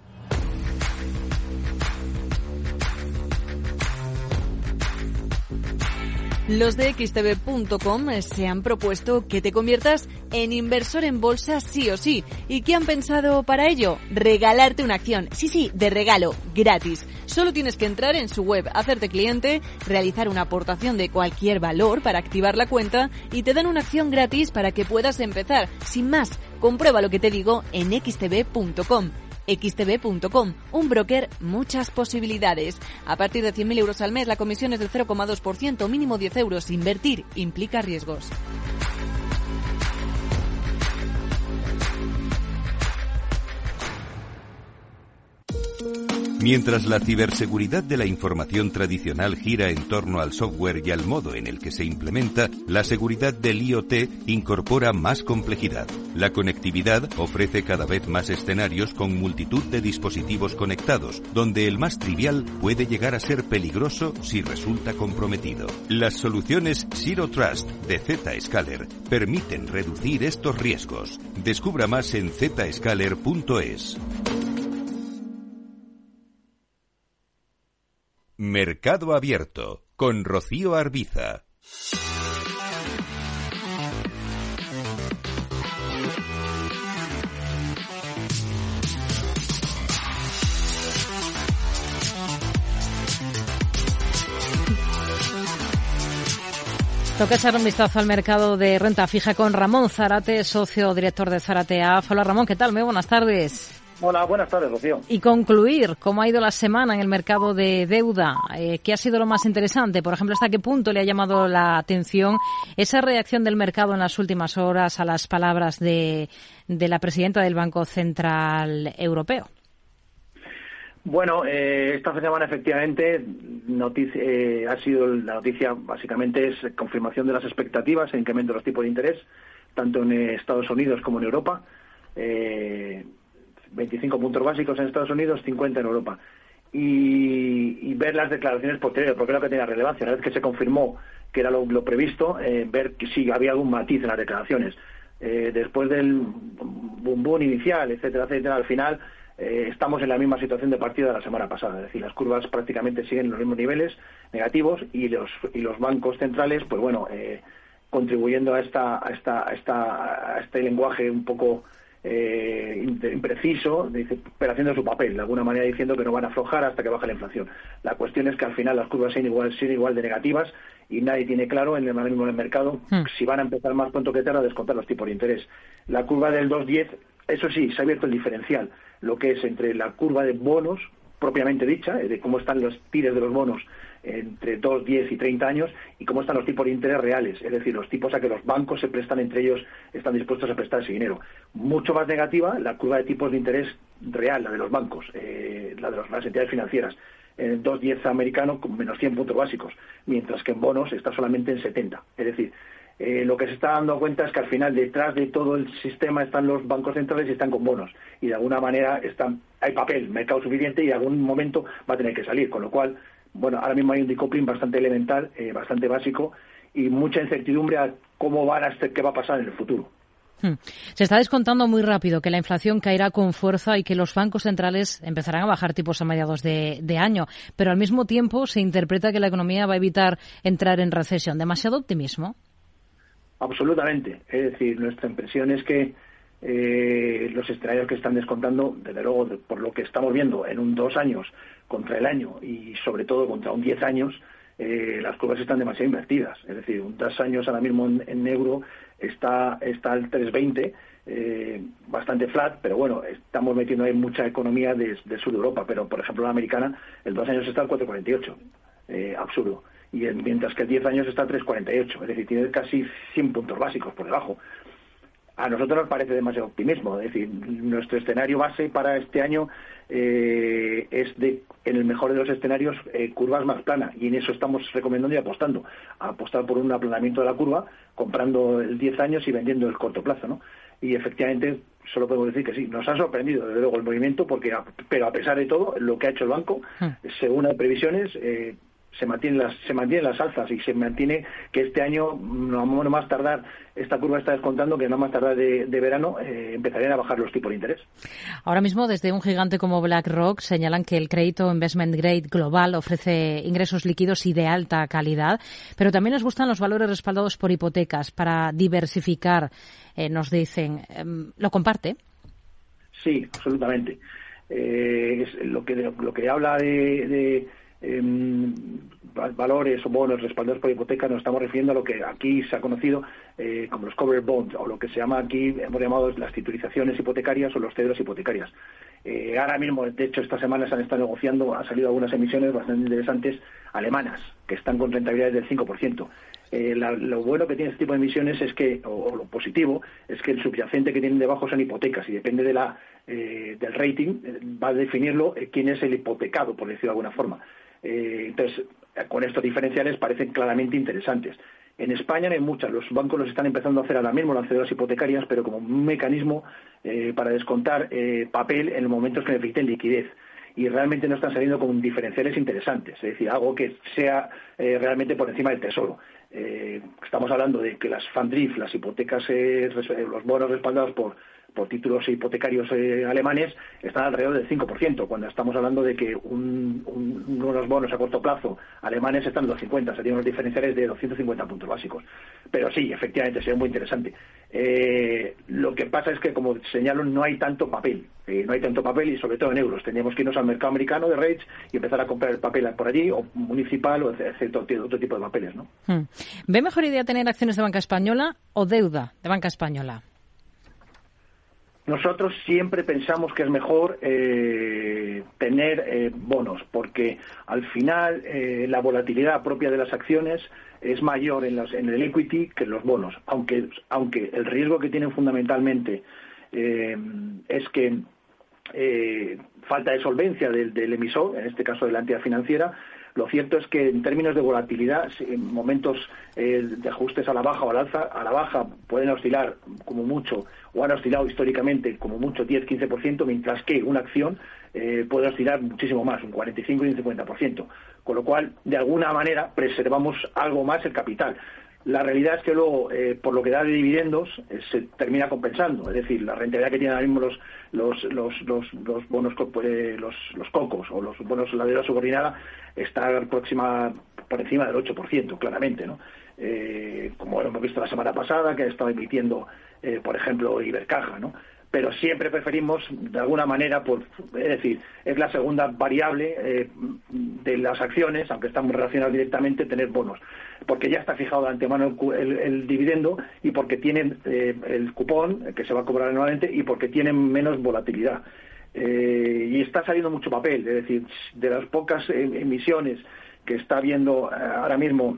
Los de xtb.com se han propuesto que te conviertas en inversor en bolsa sí o sí. ¿Y qué han pensado para ello? Regalarte una acción. Sí, de regalo, gratis. Solo tienes que entrar en su web, hacerte cliente, realizar una aportación de cualquier valor para activar la cuenta y te dan una acción gratis para que puedas empezar. Sin más, comprueba lo que te digo en xtb.com. xtb.com, un broker, muchas posibilidades. A partir de 100.000 euros al mes, la comisión es del 0,2%, mínimo 10 euros. Invertir implica riesgos. Mientras la ciberseguridad de la información tradicional gira en torno al software y al modo en el que se implementa, la seguridad del IoT incorpora más complejidad. La conectividad ofrece cada vez más escenarios con multitud de dispositivos conectados, donde el más trivial puede llegar a ser peligroso si resulta comprometido. Las soluciones Zero Trust de Zscaler permiten reducir estos riesgos. Descubra más en zscaler.es. Mercado Abierto con Rocío Arbiza. Toca echar un vistazo al mercado de renta fija con Ramón Zarate, socio director de Zarate AF. Hola Ramón, ¿qué tal? Muy buenas tardes. Hola, buenas tardes, Rocío. Y concluir, ¿cómo ha ido la semana en el mercado de deuda? ¿Qué ha sido lo más interesante? Por ejemplo, ¿hasta qué punto le ha llamado la atención esa reacción del mercado en las últimas horas a las palabras de la presidenta del Banco Central Europeo? Bueno, esta semana efectivamente ha sido la noticia, básicamente es confirmación de las expectativas, el incremento de los tipos de interés, tanto en Estados Unidos como en Europa. 25 puntos básicos en Estados Unidos, 50 en Europa. Y ver las declaraciones posteriores, porque es lo que tenía relevancia. Una vez que se confirmó que era lo previsto, ver que sí había algún matiz en las declaraciones. Después del boom inicial, etcétera, etcétera, al final estamos en la misma situación de partida de la semana pasada. Es decir, las curvas prácticamente siguen en los mismos niveles negativos y los bancos centrales, pues bueno, contribuyendo a este lenguaje un poco impreciso, pero haciendo su papel, de alguna manera diciendo que no van a aflojar hasta que baje la inflación. La cuestión es que al final las curvas siguen igual de negativas y nadie tiene claro en el mercado si van a empezar más pronto que tarde a descontar los tipos de interés. La curva del 2.10, eso sí, se ha abierto el diferencial, lo que es entre la curva de bonos propiamente dicha, de cómo están los tires de los bonos entre 2, 10 y 30 años, y cómo están los tipos de interés reales, es decir, los tipos a que los bancos se prestan entre ellos, están dispuestos a prestar ese dinero. Mucho más negativa la curva de tipos de interés real, la de los bancos, la de las entidades financieras, en el 2.10 americano con menos 100 puntos básicos, mientras que en bonos está solamente en 70. Es decir, lo que se está dando cuenta es que al final detrás de todo el sistema están los bancos centrales y están con bonos, y de alguna manera hay papel, mercado suficiente, y en algún momento va a tener que salir, con lo cual, bueno, ahora mismo hay un decoupling bastante elemental, bastante básico, y mucha incertidumbre a qué va a pasar en el futuro. Se está descontando muy rápido que la inflación caerá con fuerza y que los bancos centrales empezarán a bajar tipos a mediados de año, pero al mismo tiempo se interpreta que la economía va a evitar entrar en recesión. ¿Demasiado optimismo? Absolutamente. Es decir, nuestra impresión es que los escenarios que están descontando, desde luego, por lo que estamos viendo en un 2 años contra el año y sobre todo contra un 10 años, las curvas están demasiado invertidas. Es decir, un 2 años ahora mismo en euro está al 3,20, bastante flat, pero bueno, estamos metiendo ahí mucha economía del sur de Europa, pero por ejemplo la americana, el 2 años está al 4,48, absurdo. Y mientras que el 10 años está al 3,48, es decir, tiene casi 100 puntos básicos por debajo. A nosotros nos parece demasiado optimismo, es decir, nuestro escenario base para este año es en el mejor de los escenarios, curvas más planas, y en eso estamos recomendando y apostando, a apostar por un aplanamiento de la curva, comprando el 10 años y vendiendo el corto plazo, ¿no? Y efectivamente, solo podemos decir que sí, nos ha sorprendido desde luego el movimiento, pero a pesar de todo, lo que ha hecho el banco, según las previsiones, se mantienen las alzas, y se mantiene que este año, no más tardar, esta curva está descontando que no más tardar de verano empezarían a bajar los tipos de interés. Ahora mismo, desde un gigante como BlackRock, señalan que el crédito investment grade global ofrece ingresos líquidos y de alta calidad, pero también les gustan los valores respaldados por hipotecas para diversificar, nos dicen. ¿Lo comparte? Sí, absolutamente. Es lo que habla de valores o bonos respaldados por hipoteca, nos estamos refiriendo a lo que aquí se ha conocido como los covered bonds, o lo que se llama aquí, hemos llamado las titulizaciones hipotecarias o los cédulas hipotecarias. Ahora mismo, de hecho, esta semana se han estado negociando, han salido algunas emisiones bastante interesantes alemanas, que están con rentabilidades del 5%. Lo bueno que tiene este tipo de emisiones es que, o lo positivo, es que el subyacente que tienen debajo son hipotecas y depende de del rating, va a definirlo quién es el hipotecado, por decirlo de alguna forma. Entonces, con estos diferenciales parecen claramente interesantes. En España no hay muchas, los bancos los están empezando a hacer ahora mismo, las cédulas hipotecarias, pero como un mecanismo para descontar papel en los momentos que necesiten liquidez. Y realmente no están saliendo con diferenciales interesantes, es decir, algo que sea realmente por encima del tesoro. Estamos hablando de que las Pfandbrief, las hipotecas, los bonos respaldados por títulos hipotecarios alemanes están alrededor del 5%, cuando estamos hablando de que unos bonos a corto plazo alemanes están en los 50, o sea, tienen unos diferenciales de 250 puntos básicos. Pero sí, efectivamente, sería muy interesante. Lo que pasa es que, como señalo, no hay tanto papel. No hay tanto papel y sobre todo en euros. Tendríamos que irnos al mercado americano de rates y empezar a comprar el papel por allí, o municipal, o otro tipo de papeles, ¿no? ¿Ve mejor idea tener acciones de banca española o deuda de banca española? Nosotros siempre pensamos que es mejor tener bonos, porque al final la volatilidad propia de las acciones es mayor en el equity que en los bonos, aunque el riesgo que tienen fundamentalmente es que falta de solvencia del emisor, en este caso de la entidad financiera. Lo cierto es que en términos de volatilidad, en momentos de ajustes a la baja o al alza, a la baja pueden oscilar como mucho, o han oscilado históricamente como mucho 10-15%, mientras que una acción puede oscilar muchísimo más, un 45 y un 50%. Con lo cual, de alguna manera, preservamos algo más el capital. La realidad es que luego, por lo que da de dividendos, se termina compensando. Es decir, la rentabilidad que tienen ahora mismo los bonos, los cocos o los bonos, la deuda subordinada, está por encima del 8%, claramente, ¿no? Como hemos visto la semana pasada, que ha estado emitiendo, por ejemplo, Ibercaja, ¿no? Pero siempre preferimos, de alguna manera, es decir, es la segunda variable de las acciones, aunque estamos relacionados directamente, tener bonos, porque ya está fijado de antemano el dividendo y porque tienen el cupón que se va a cobrar anualmente y porque tienen menos volatilidad. Y está saliendo mucho papel, es decir, de las pocas emisiones que está viendo ahora mismo,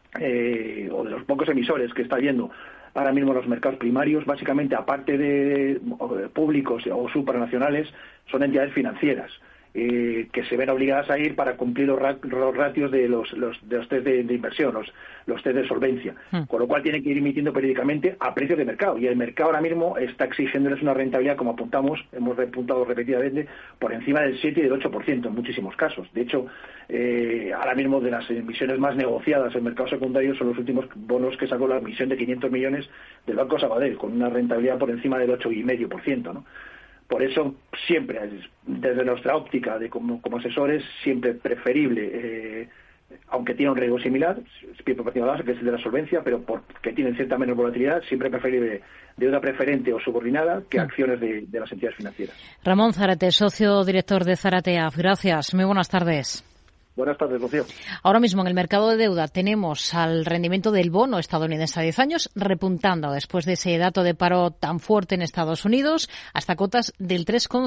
o de los pocos emisores que está viendo ahora mismo los mercados primarios, básicamente, aparte de públicos o supranacionales, son entidades financieras que se ven obligadas a ir para cumplir los ratios de los test de inversión, los test de solvencia, con lo cual tienen que ir emitiendo periódicamente a precios de mercado, y el mercado ahora mismo está exigiéndoles una rentabilidad, como hemos apuntado repetidamente, por encima del 7 y del 8% en muchísimos casos. De hecho, ahora mismo, de las emisiones más negociadas en mercado secundario son los últimos bonos que sacó la emisión de 500 millones del Banco Sabadell, con una rentabilidad por encima del 8,5%, ¿no? Por eso, siempre, desde nuestra óptica como asesores, siempre preferible, aunque tiene un riesgo similar, que es el de la solvencia, pero porque tienen cierta menor volatilidad, siempre preferible deuda preferente o subordinada que acciones de las entidades financieras. Ramón Zárate, socio director de Zarateaf. Gracias. Muy buenas tardes. Buenas tardes, Rocío. Ahora mismo en el mercado de deuda tenemos al rendimiento del bono estadounidense a 10 años repuntando después de ese dato de paro tan fuerte en Estados Unidos hasta cotas del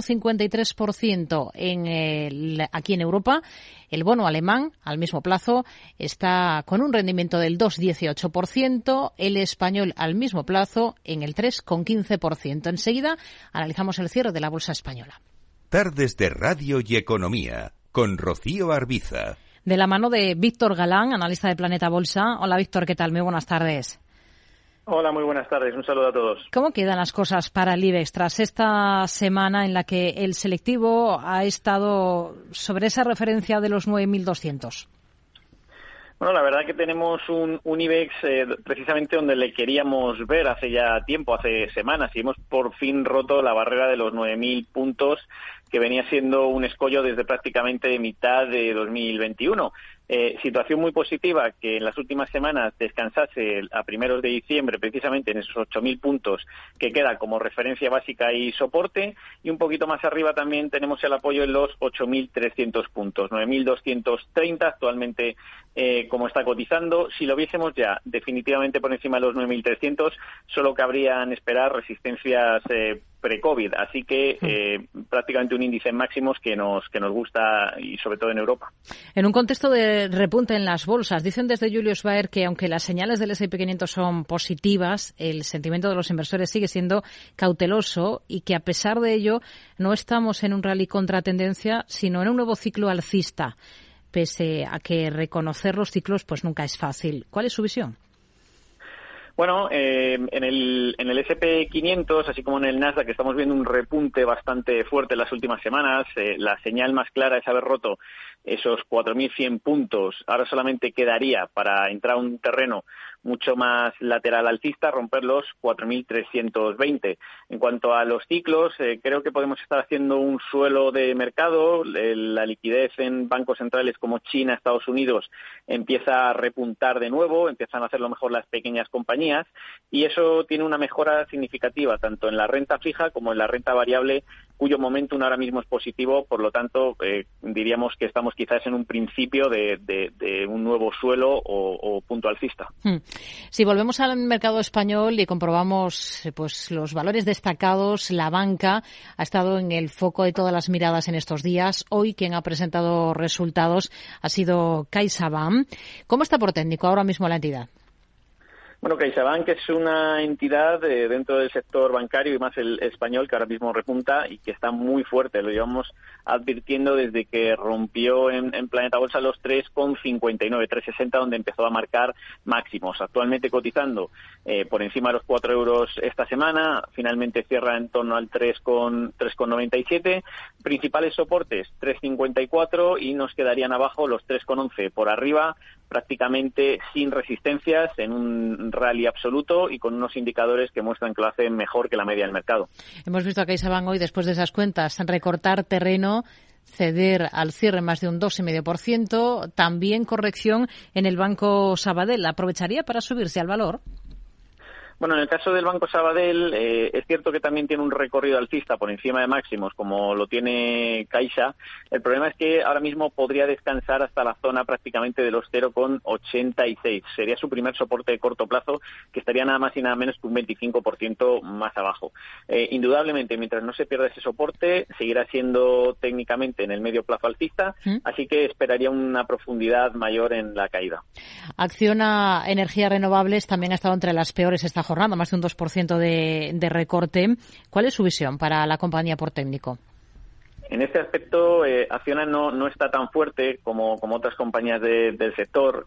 3,53%. Aquí en Europa, el bono alemán al mismo plazo está con un rendimiento del 2,18%, el español al mismo plazo en el 3,15%. Enseguida analizamos el cierre de la bolsa española. Tardes de Radio y Economía, con Rocío Arbiza. De la mano de Víctor Galán, analista de Planeta Bolsa. Hola, Víctor, ¿qué tal? Muy buenas tardes. Hola, muy buenas tardes. Un saludo a todos. ¿Cómo quedan las cosas para el IBEX tras esta semana en la que el selectivo ha estado sobre esa referencia de los 9.200? Bueno, la verdad que tenemos un IBEX precisamente donde le queríamos ver hace ya tiempo, hace semanas, y hemos por fin roto la barrera de los 9.000 puntos, que venía siendo un escollo desde prácticamente mitad de 2021. Situación muy positiva que en las últimas semanas descansase a primeros de diciembre precisamente en esos 8.000 puntos que queda como referencia básica y soporte, y un poquito más arriba también tenemos el apoyo en los 8.300 puntos, 9.230 actualmente como está cotizando. Si lo viésemos ya definitivamente por encima de los 9.300, solo cabrían esperar resistencias pre-COVID, así que prácticamente un índice en máximos que nos gusta, y sobre todo en Europa. En un contexto de repunte en las bolsas, dicen desde Julius Baer que aunque las señales del S&P 500 son positivas, el sentimiento de los inversores sigue siendo cauteloso y que a pesar de ello no estamos en un rally contra tendencia, sino en un nuevo ciclo alcista, pese a que reconocer los ciclos pues nunca es fácil. ¿Cuál es su visión? Bueno, en el S&P 500, así como en el Nasdaq, estamos viendo un repunte bastante fuerte en las últimas semanas. La señal más clara es haber roto esos 4.100 puntos. Ahora solamente quedaría para entrar a un terreno mucho más lateral alcista, romper los 4.320. En cuanto a los ciclos, creo que podemos estar haciendo un suelo de mercado. La liquidez en bancos centrales como China, Estados Unidos, empieza a repuntar de nuevo, empiezan a hacerlo mejor las pequeñas compañías, y eso tiene una mejora significativa tanto en la renta fija como en la renta variable, cuyo momentum ahora mismo es positivo. Por lo tanto, diríamos que estamos quizás en un principio de un nuevo suelo o punto alcista. Si volvemos al mercado español y comprobamos pues los valores destacados, la banca ha estado en el foco de todas las miradas en estos días. Hoy quien ha presentado resultados ha sido CaixaBank. ¿Cómo está por técnico ahora mismo la entidad? Bueno, CaixaBank es una entidad dentro del sector bancario y más el español que ahora mismo repunta y que está muy fuerte. Lo llevamos advirtiendo desde que rompió en Planeta Bolsa los 3,59, 3,60, donde empezó a marcar máximos. Actualmente cotizando por encima de los 4 euros esta semana, finalmente cierra en torno al 3,97. Principales soportes 3,54 y nos quedarían abajo los 3,11. Por arriba prácticamente sin resistencias, en un rally absoluto y con unos indicadores que muestran que lo hacen mejor que la media del mercado. Hemos visto a CaixaBank hoy, después de esas cuentas, recortar terreno, ceder al cierre más de un 2,5%, también corrección en el Banco Sabadell. ¿Aprovecharía para subirse al valor? Bueno, en el caso del Banco Sabadell, es cierto que también tiene un recorrido alcista por encima de máximos, como lo tiene Caixa. El problema es que ahora mismo podría descansar hasta la zona prácticamente de los 0,86. Sería su primer soporte de corto plazo, que estaría nada más y nada menos que un 25% más abajo. Indudablemente, mientras no se pierda ese soporte, seguirá siendo técnicamente en el medio plazo alcista, así que esperaría una profundidad mayor en la caída. Acciona Energías Renovables también ha estado entre las peores esta jornada, más de un 2% de recorte. ¿Cuál es su visión para la compañía por técnico? En este aspecto, Acciona no está tan fuerte como otras compañías del sector.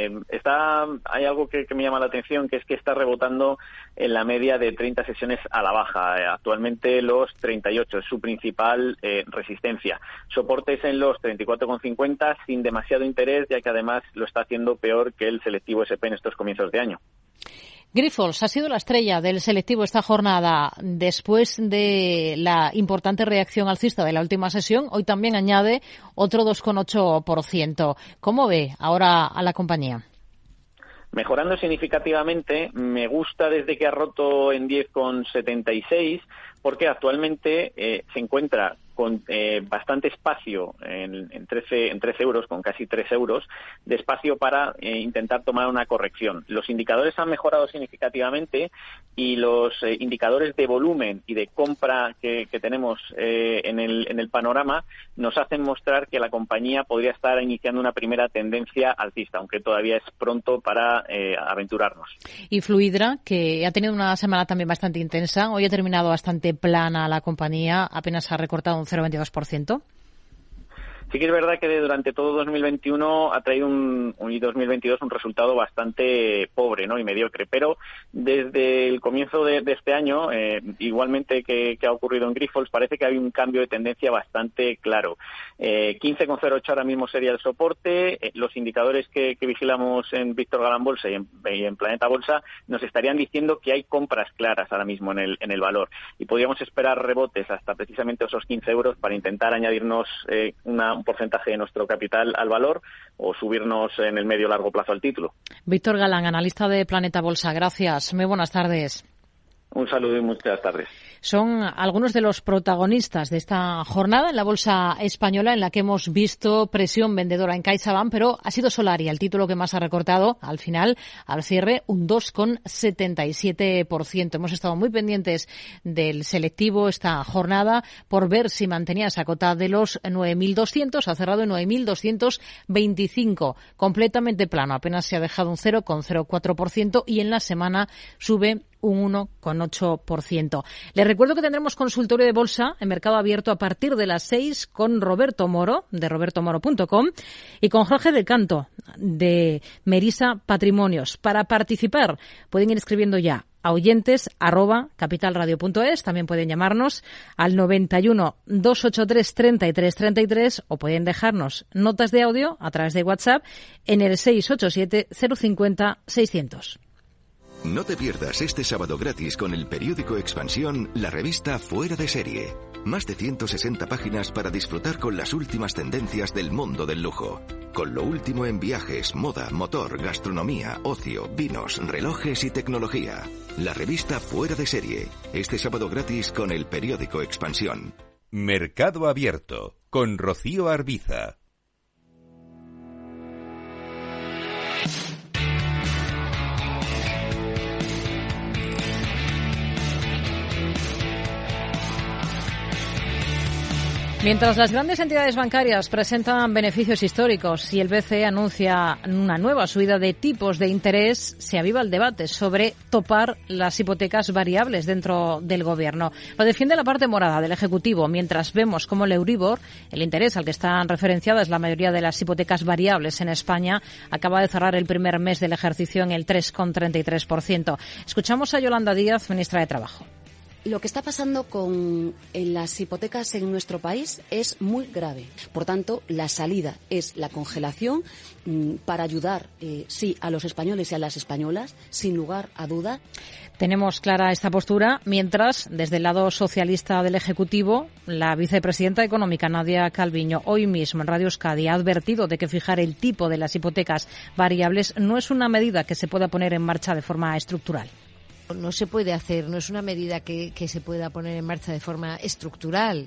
Hay algo que me llama la atención, que es que está rebotando en la media de 30 sesiones a la baja. Actualmente los 38 es su principal resistencia. Soportes en los 34,50 sin demasiado interés, ya que además lo está haciendo peor que el selectivo SP en estos comienzos de año. Grifols ha sido la estrella del selectivo esta jornada después de la importante reacción alcista de la última sesión. Hoy también añade otro 2,8%. ¿Cómo ve ahora a la compañía? Mejorando significativamente. Me gusta desde que ha roto en 10,76, porque actualmente se encuentra con bastante espacio en 13 euros, con casi 3 euros de espacio para intentar tomar una corrección. Los indicadores han mejorado significativamente y los indicadores de volumen y de compra que tenemos en el panorama nos hacen mostrar que la compañía podría estar iniciando una primera tendencia alcista, aunque todavía es pronto para aventurarnos. Y Fluidra, que ha tenido una semana también bastante intensa, hoy ha terminado bastante plana la compañía, apenas ha recortado un 0,22%. Sí que es verdad que durante todo 2021 ha traído y 2022 un resultado bastante pobre, ¿no? Y mediocre, pero desde el comienzo de este año, igualmente que ha ocurrido en Grifols, parece que hay un cambio de tendencia bastante claro. 15,08 ahora mismo sería el soporte. Los indicadores que vigilamos en Víctor Galán Bolsa y en Planeta Bolsa nos estarían diciendo que hay compras claras ahora mismo en el valor, y podríamos esperar rebotes hasta precisamente esos 15 euros para intentar añadirnos una un porcentaje de nuestro capital al valor o subirnos en el medio-largo plazo al título. Víctor Galán, analista de Planeta Bolsa. Gracias. Muy buenas tardes. Un saludo y muchas tardes. Son algunos de los protagonistas de esta jornada en la bolsa española, en la que hemos visto presión vendedora en CaixaBank, pero ha sido Solaria el título que más ha recortado al final, al cierre, un 2,77%. Hemos estado muy pendientes del selectivo esta jornada por ver si mantenía esa cota de los 9.200. Ha cerrado en 9.225, completamente plano. Apenas se ha dejado un 0,04% y en la semana sube un 1,8%. Les recuerdo que tendremos consultorio de bolsa en Mercado Abierto a partir de las 6 con Roberto Moro, de robertomoro.com, y con Jorge del Canto, de Merisa Patrimonios. Para participar, pueden ir escribiendo ya a oyentes@capitalradio.es. También pueden llamarnos al 91 283 33 33 o pueden dejarnos notas de audio a través de WhatsApp en el 687 050 600. No te pierdas este sábado gratis con el periódico Expansión, la revista Fuera de Serie. Más de 160 páginas para disfrutar con las últimas tendencias del mundo del lujo. Con lo último en viajes, moda, motor, gastronomía, ocio, vinos, relojes y tecnología. La revista Fuera de Serie. Este sábado gratis con el periódico Expansión. Mercado Abierto con Rocío Arbiza. Mientras las grandes entidades bancarias presentan beneficios históricos y el BCE anuncia una nueva subida de tipos de interés, se aviva el debate sobre topar las hipotecas variables dentro del Gobierno. Lo defiende la parte morada del Ejecutivo, mientras vemos cómo el Euribor, el interés al que están referenciadas la mayoría de las hipotecas variables en España, acaba de cerrar el primer mes del ejercicio en el 3,33%. Escuchamos a Yolanda Díaz, ministra de Trabajo. Lo que está pasando con las hipotecas en nuestro país es muy grave. Por tanto, la salida es la congelación para ayudar, sí, a los españoles y a las españolas, sin lugar a duda. Tenemos clara esta postura, mientras, desde el lado socialista del Ejecutivo, la vicepresidenta económica Nadia Calviño, hoy mismo en Radio Euskadi, ha advertido de que fijar el tipo de las hipotecas variables no es una medida que se pueda poner en marcha de forma estructural. No se puede hacer, no es una medida que se pueda poner en marcha de forma estructural.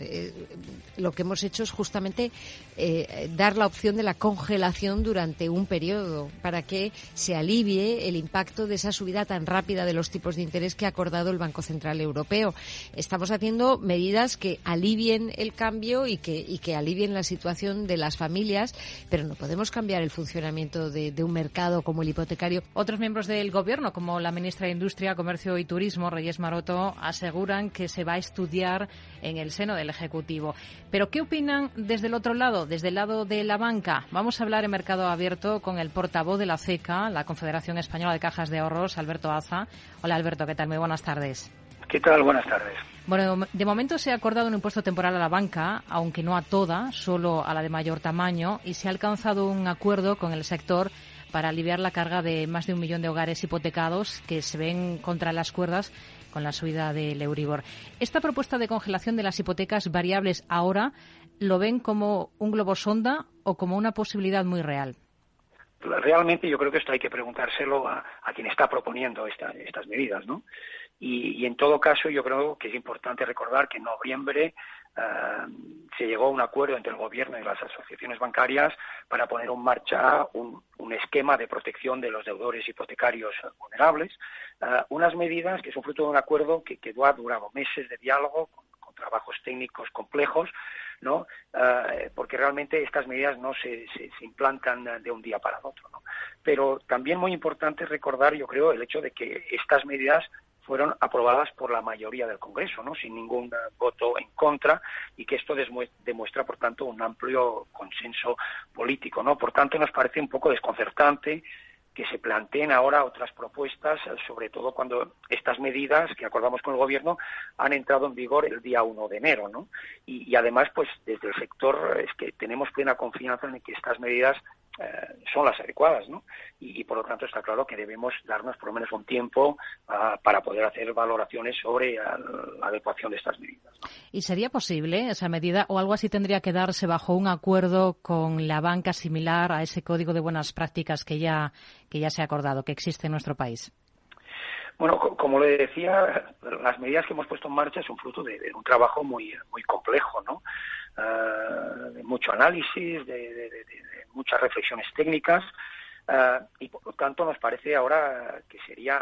Lo que hemos hecho es justamente dar la opción de la congelación durante un periodo para que se alivie el impacto de esa subida tan rápida de los tipos de interés que ha acordado el Banco Central Europeo. Estamos haciendo medidas que alivien el cambio y que alivien la situación de las familias, pero no podemos cambiar el funcionamiento de un mercado como el hipotecario. Otros miembros del Gobierno, como la ministra de Industria, Comercio y Turismo, Reyes Maroto, aseguran que se va a estudiar en el seno del Ejecutivo. Pero, ¿qué opinan desde el otro lado, desde el lado de la banca? Vamos a hablar en Mercado Abierto con el portavoz de la CECA, la Confederación Española de Cajas de Ahorros, Alberto Aza. Hola, Alberto, ¿qué tal? Muy buenas tardes. ¿Qué tal? Buenas tardes. Bueno, de momento se ha acordado un impuesto temporal a la banca, aunque no a toda, solo a la de mayor tamaño, y se ha alcanzado un acuerdo con el sector para aliviar la carga de más de 1 millón de hogares hipotecados que se ven contra las cuerdas con la subida del Euribor. ¿Esta propuesta de congelación de las hipotecas variables ahora lo ven como un globo sonda o como una posibilidad muy real? Realmente yo creo que esto hay que preguntárselo a quien está proponiendo estas medidas, ¿no? Y en todo caso yo creo que es importante recordar que en noviembre se llegó a un acuerdo entre el Gobierno y las asociaciones bancarias para poner en marcha un esquema de protección de los deudores hipotecarios vulnerables, unas medidas que son fruto de un acuerdo que ha durado meses de diálogo con trabajos técnicos complejos, ¿no? Porque realmente estas medidas no se implantan de un día para el otro, ¿no? Pero también muy importante recordar, yo creo, el hecho de que estas medidas fueron aprobadas por la mayoría del Congreso, ¿no? Sin ningún voto en contra, y que esto demuestra, por tanto, un amplio consenso político, ¿no? Por tanto, nos parece un poco desconcertante que se planteen ahora otras propuestas, sobre todo cuando estas medidas que acordamos con el Gobierno han entrado en vigor el día 1 de enero, ¿no? Y además, pues desde el sector es que tenemos plena confianza en que estas medidas son las adecuadas, ¿no? Y por lo tanto está claro que debemos darnos por lo menos un tiempo para poder hacer valoraciones sobre la adecuación de estas medidas, ¿no? ¿Y sería posible esa medida o algo así tendría que darse bajo un acuerdo con la banca similar a ese código de buenas prácticas que ya se ha acordado, que existe en nuestro país? Bueno, como le decía, las medidas que hemos puesto en marcha son fruto de un trabajo muy complejo, ¿no? De mucho análisis, de muchas reflexiones técnicas, y por lo tanto nos parece ahora que sería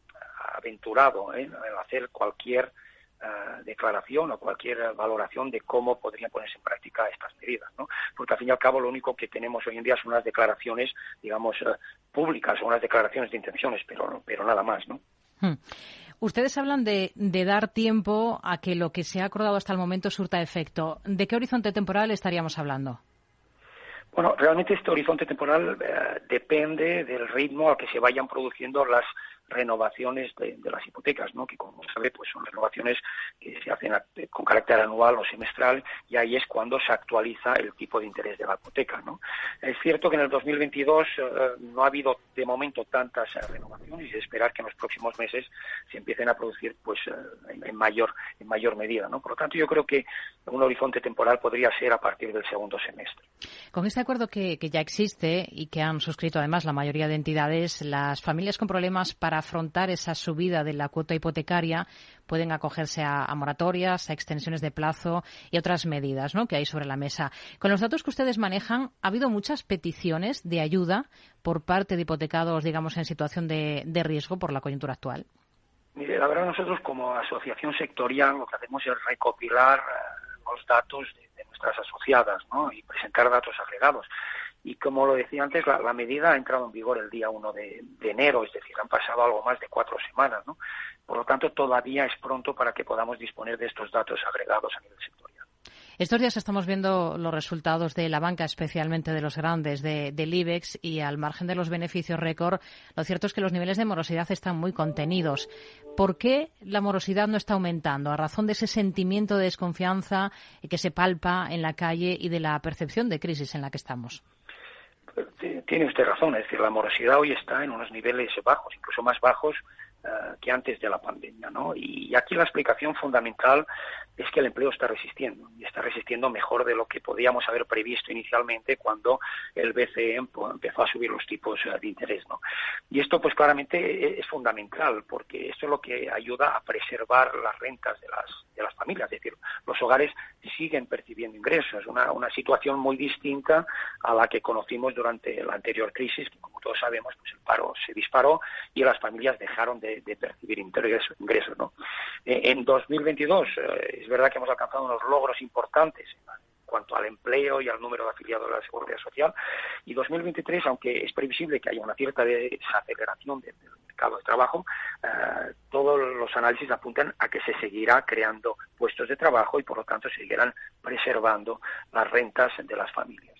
aventurado el hacer cualquier declaración o cualquier valoración de cómo podrían ponerse en práctica estas medidas, ¿no? Porque al fin y al cabo lo único que tenemos hoy en día son unas declaraciones, digamos, públicas o unas declaraciones de intenciones, pero nada más, ¿no? Ustedes hablan de dar tiempo a que lo que se ha acordado hasta el momento surta efecto. ¿De qué horizonte temporal estaríamos hablando? Bueno, realmente este horizonte temporal depende del ritmo al que se vayan produciendo las renovaciones de las hipotecas, ¿no? Que como sabe, pues son renovaciones que se hacen con carácter anual o semestral, y ahí es cuando se actualiza el tipo de interés de la hipoteca, ¿no? Es cierto que en el 2022 no ha habido de momento tantas renovaciones, y esperar que en los próximos meses se empiecen a producir pues en mayor medida, ¿no? Por lo tanto, yo creo que un horizonte temporal podría ser a partir del segundo semestre. Con este acuerdo que ya existe y que han suscrito además la mayoría de entidades, las familias con problemas para afrontar esa subida de la cuota hipotecaria pueden acogerse a moratorias, a extensiones de plazo y otras medidas, ¿no?, que hay sobre la mesa. Con los datos que ustedes manejan, ¿ha habido muchas peticiones de ayuda por parte de hipotecados, digamos, en situación de riesgo por la coyuntura actual? Mire, la verdad, nosotros como asociación sectorial lo que hacemos es recopilar los datos de nuestras asociadas, ¿no?, y presentar datos agregados. Y como lo decía antes, la medida ha entrado en vigor el día 1 de enero, es decir, han pasado algo más de 4 semanas, ¿no? Por lo tanto, todavía es pronto para que podamos disponer de estos datos agregados a nivel sectorial. Estos días estamos viendo los resultados de la banca, especialmente de los grandes, del IBEX, y al margen de los beneficios récord, lo cierto es que los niveles de morosidad están muy contenidos. ¿Por qué la morosidad no está aumentando? A razón de ese sentimiento de desconfianza que se palpa en la calle y de la percepción de crisis en la que estamos. Tiene usted razón, es decir, la morosidad hoy está en unos niveles bajos, incluso más bajos que antes de la pandemia, ¿no? Y aquí la explicación fundamental es que el empleo está resistiendo, y está resistiendo mejor de lo que podíamos haber previsto inicialmente cuando el BCE empezó a subir los tipos de interés, ¿no? Y esto pues claramente es fundamental, porque esto es lo que ayuda a preservar las rentas de las familias, es decir, los hogares siguen percibiendo ingresos, una situación muy distinta a la que conocimos durante la anterior crisis, que como todos sabemos, pues el paro se disparó y las familias dejaron de percibir ingresos, ¿no? En 2022 es verdad que hemos alcanzado unos logros importantes en cuanto al empleo y al número de afiliados de la Seguridad Social, y 2023, aunque es previsible que haya una cierta desaceleración del mercado de trabajo, todos los análisis apuntan a que se seguirá creando puestos de trabajo y por lo tanto se seguirán preservando las rentas de las familias.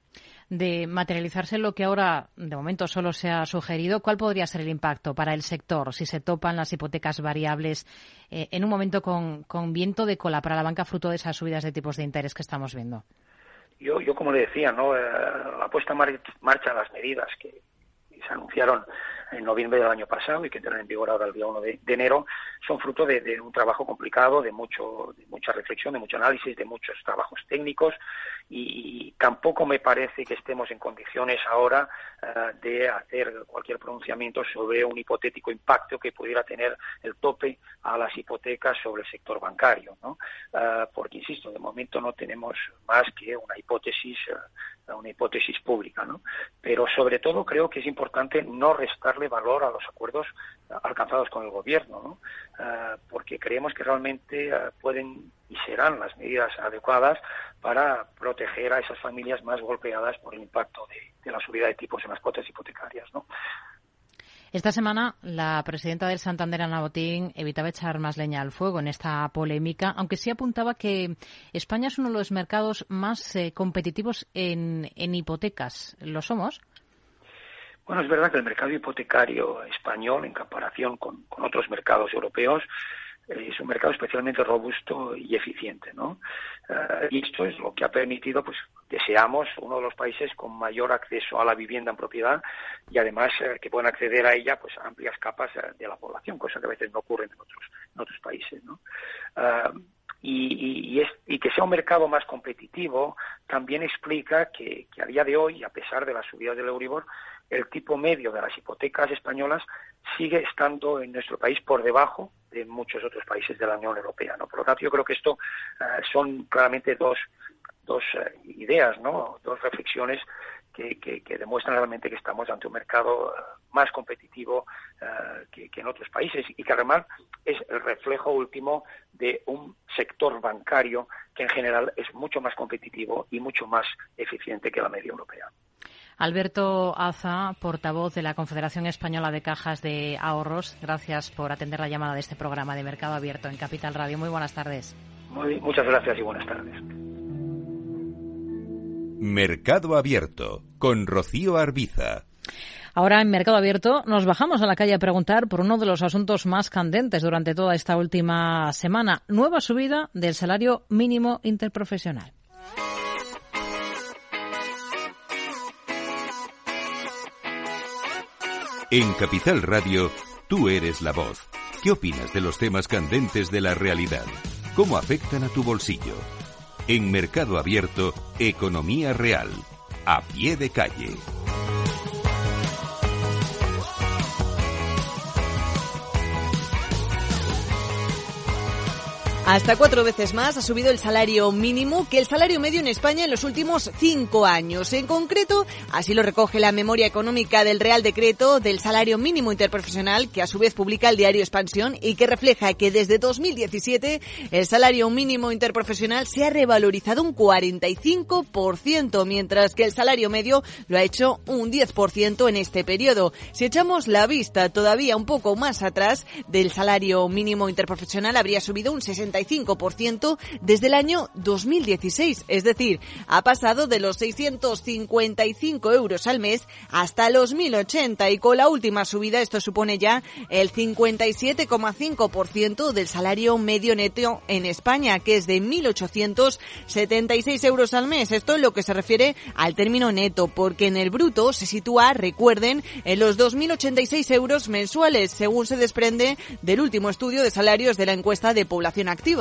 De materializarse lo que ahora de momento solo se ha sugerido, ¿cuál podría ser el impacto para el sector si se topan las hipotecas variables en un momento con viento de cola para la banca fruto de esas subidas de tipos de interés que estamos viendo? Yo como le decía, ¿no? La puesta en marcha de las medidas que se anunciaron en noviembre del año pasado y que entran en vigor ahora el día 1 de enero, son fruto de un trabajo complicado, de mucha reflexión, de mucho análisis, de muchos trabajos técnicos, y tampoco me parece que estemos en condiciones ahora de hacer cualquier pronunciamiento sobre un hipotético impacto que pudiera tener el tope a las hipotecas sobre el sector bancario, ¿no? Porque, insisto, de momento no tenemos más que una hipótesis pública, ¿no? Pero sobre todo creo que es importante no restarle valor a los acuerdos alcanzados con el gobierno, ¿no? Porque creemos que realmente pueden y serán las medidas adecuadas para proteger a esas familias más golpeadas por el impacto de la subida de tipos en las cuotas hipotecarias, ¿no? Esta semana la presidenta del Santander, Ana Botín, evitaba echar más leña al fuego en esta polémica, aunque sí apuntaba que España es uno de los mercados más competitivos en hipotecas. ¿Lo somos? Bueno, es verdad que el mercado hipotecario español, en comparación con otros mercados europeos, es un mercado especialmente robusto y eficiente, ¿no? Y esto es lo que ha permitido, pues, deseamos uno de los países con mayor acceso a la vivienda en propiedad y además que puedan acceder a ella pues amplias capas de la población, cosa que a veces no ocurre en otros países, ¿no? Y que sea un mercado más competitivo también explica que a día de hoy, a pesar de la subida del Euribor, el tipo medio de las hipotecas españolas sigue estando en nuestro país por debajo de muchos otros países de la Unión Europea, ¿no? Por lo tanto, yo creo que esto son claramente dos ideas, ¿no? Dos reflexiones que demuestran realmente que estamos ante un mercado más competitivo que en otros países y que además es el reflejo último de un sector bancario que en general es mucho más competitivo y mucho más eficiente que la media europea. Alberto Aza, portavoz de la Confederación Española de Cajas de Ahorros, gracias por atender la llamada de este programa de Mercado Abierto en Capital Radio. Muy buenas tardes. Muchas gracias y buenas tardes. Mercado Abierto con Rocío Arbiza. Ahora en Mercado Abierto nos bajamos a la calle a preguntar por uno de los asuntos más candentes durante toda esta última semana. Nueva subida del salario mínimo interprofesional. En Capital Radio, tú eres la voz. ¿Qué opinas de los temas candentes de la realidad? ¿Cómo afectan a tu bolsillo? En Mercado Abierto, Economía Real, a pie de calle. Hasta 4 veces más ha subido el salario mínimo que el salario medio en España en los últimos 5 años. En concreto, así lo recoge la memoria económica del Real Decreto del salario mínimo interprofesional, que a su vez publica el diario Expansión y que refleja que desde 2017 el salario mínimo interprofesional se ha revalorizado un 45%, mientras que el salario medio lo ha hecho un 10% en este periodo. Si echamos la vista todavía un poco más atrás, del salario mínimo interprofesional habría subido un 65% desde el año 2016, es decir, ha pasado de los 655 euros al mes hasta los 1.080 y con la última subida esto supone ya el 57,5% del salario medio neto en España, que es de 1.876 euros al mes. Esto es lo que se refiere al término neto, porque en el bruto se sitúa, recuerden, en los 2.086 euros mensuales, según se desprende del último estudio de salarios de la encuesta de población activa.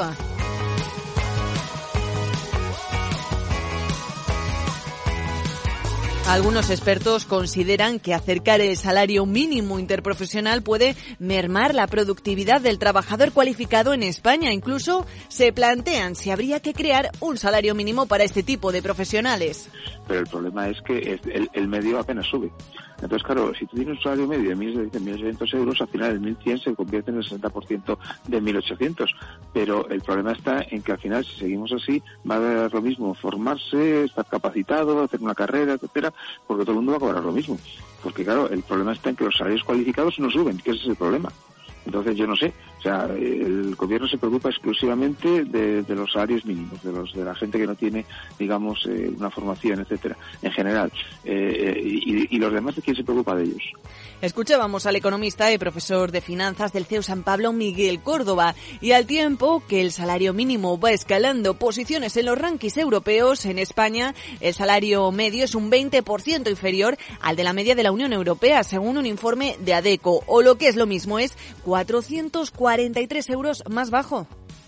Algunos expertos consideran que acercar el salario mínimo interprofesional puede mermar la productividad del trabajador cualificado en España. Incluso se plantean si habría que crear un salario mínimo para este tipo de profesionales. Pero el problema es que el medio apenas sube. Entonces, claro, si tú tienes un salario medio de 1.600 euros, al final el 1.100 se convierte en el 60% de 1.800. Pero el problema está en que al final, si seguimos así, va a dar lo mismo formarse, estar capacitado, hacer una carrera, etcétera, porque todo el mundo va a cobrar lo mismo. Porque, claro, el problema está en que los salarios cualificados no suben, que ese es el problema. Entonces, yo no sé, o sea, el gobierno se preocupa exclusivamente de los salarios mínimos, de la gente que no tiene, digamos, una formación, etcétera, en general. Y los demás, ¿de quién se preocupa de ellos? Escuchábamos al economista y profesor de finanzas del CEU San Pablo, Miguel Córdoba, y al tiempo que el salario mínimo va escalando posiciones en los rankings europeos, en España el salario medio es un 20% inferior al de la media de la Unión Europea, según un informe de ADECO, o lo que es lo mismo es 443 euros más bajo.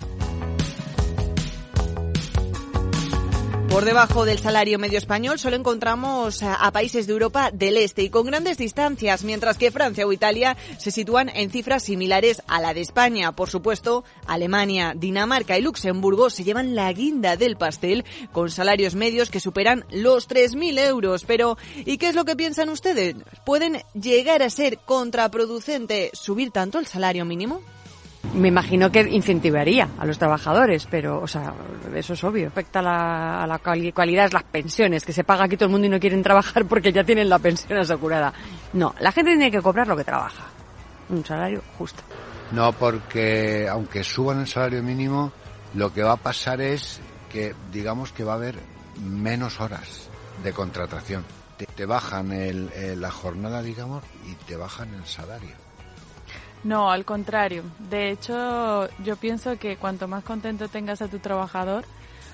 Por debajo del salario medio español solo encontramos a países de Europa del Este y con grandes distancias, mientras que Francia o Italia se sitúan en cifras similares a la de España. Por supuesto, Alemania, Dinamarca y Luxemburgo se llevan la guinda del pastel con salarios medios que superan los 3.000 euros. Pero, ¿y qué es lo que piensan ustedes? ¿Pueden llegar a ser contraproducente subir tanto el salario mínimo? Me imagino que incentivaría a los trabajadores, pero, o sea, eso es obvio. Afecta a la calidad de las pensiones, que se paga aquí todo el mundo y no quieren trabajar porque ya tienen la pensión asegurada. No, la gente tiene que cobrar lo que trabaja. Un salario justo. No, porque aunque suban el salario mínimo, lo que va a pasar es que, digamos que va a haber menos horas de contratación. Te bajan la jornada, digamos, y te bajan el salario. No, al contrario. De hecho, yo pienso que cuanto más contento tengas a tu trabajador,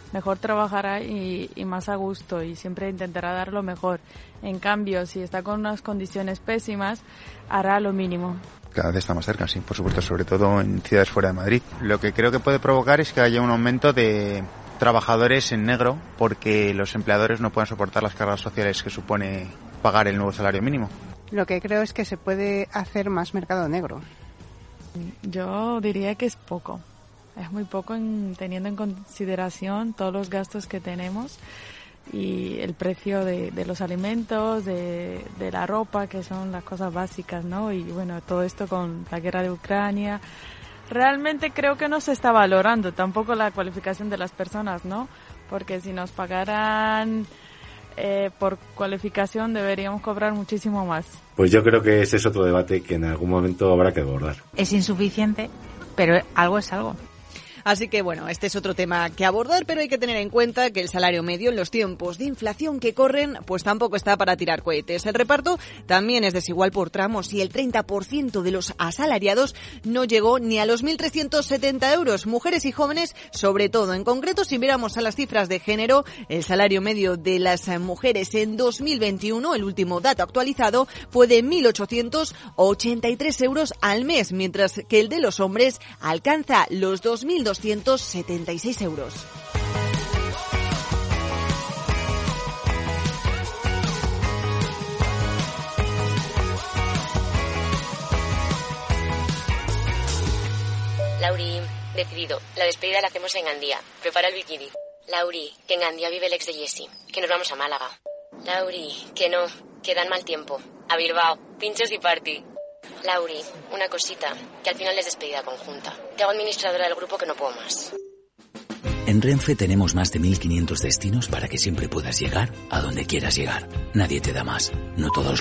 mejor trabajará y más a gusto y siempre intentará dar lo mejor. En cambio, si está con unas condiciones pésimas, hará lo mínimo. Cada vez está más cerca, sí, por supuesto, sobre todo en ciudades fuera de Madrid. Lo que creo que puede provocar es que haya un aumento de trabajadores en negro porque los empleadores no puedan soportar las cargas sociales que supone pagar el nuevo salario mínimo. Lo que creo es que se puede hacer más mercado negro. Yo diría que es poco. Es muy poco teniendo en consideración todos los gastos que tenemos y el precio de los alimentos, de la ropa, que son las cosas básicas, ¿no? Y bueno, todo esto con la guerra de Ucrania. Realmente creo que no se está valorando tampoco la cualificación de las personas, ¿no? Porque si nos pagaran por cualificación deberíamos cobrar muchísimo más. Pues yo creo que ese es otro debate que en algún momento habrá que abordar. Es insuficiente, pero algo es algo. Así que bueno, este es otro tema que abordar, pero hay que tener en cuenta que el salario medio en los tiempos de inflación que corren, pues tampoco está para tirar cohetes. El reparto también es desigual por tramos y el 30% de los asalariados no llegó ni a los 1.370 euros. Mujeres y jóvenes, sobre todo. En concreto, si miramos a las cifras de género, el salario medio de las mujeres en 2021, el último dato actualizado, fue de 1.883 euros al mes, mientras que el de los hombres alcanza los 2.276 euros. Lauri, decidido. La despedida la hacemos en Gandía. Prepara el bikini. Lauri, que en Gandía vive el ex de Jessie. Que nos vamos a Málaga. Lauri, que no, que dan mal tiempo. A Bilbao, pinchos y party. Lauri, una cosita, que al final es despedida conjunta. Te hago administradora del grupo que no puedo más. En Renfe tenemos más de 1.500 destinos para que siempre puedas llegar a donde quieras llegar. Nadie te da más, no todos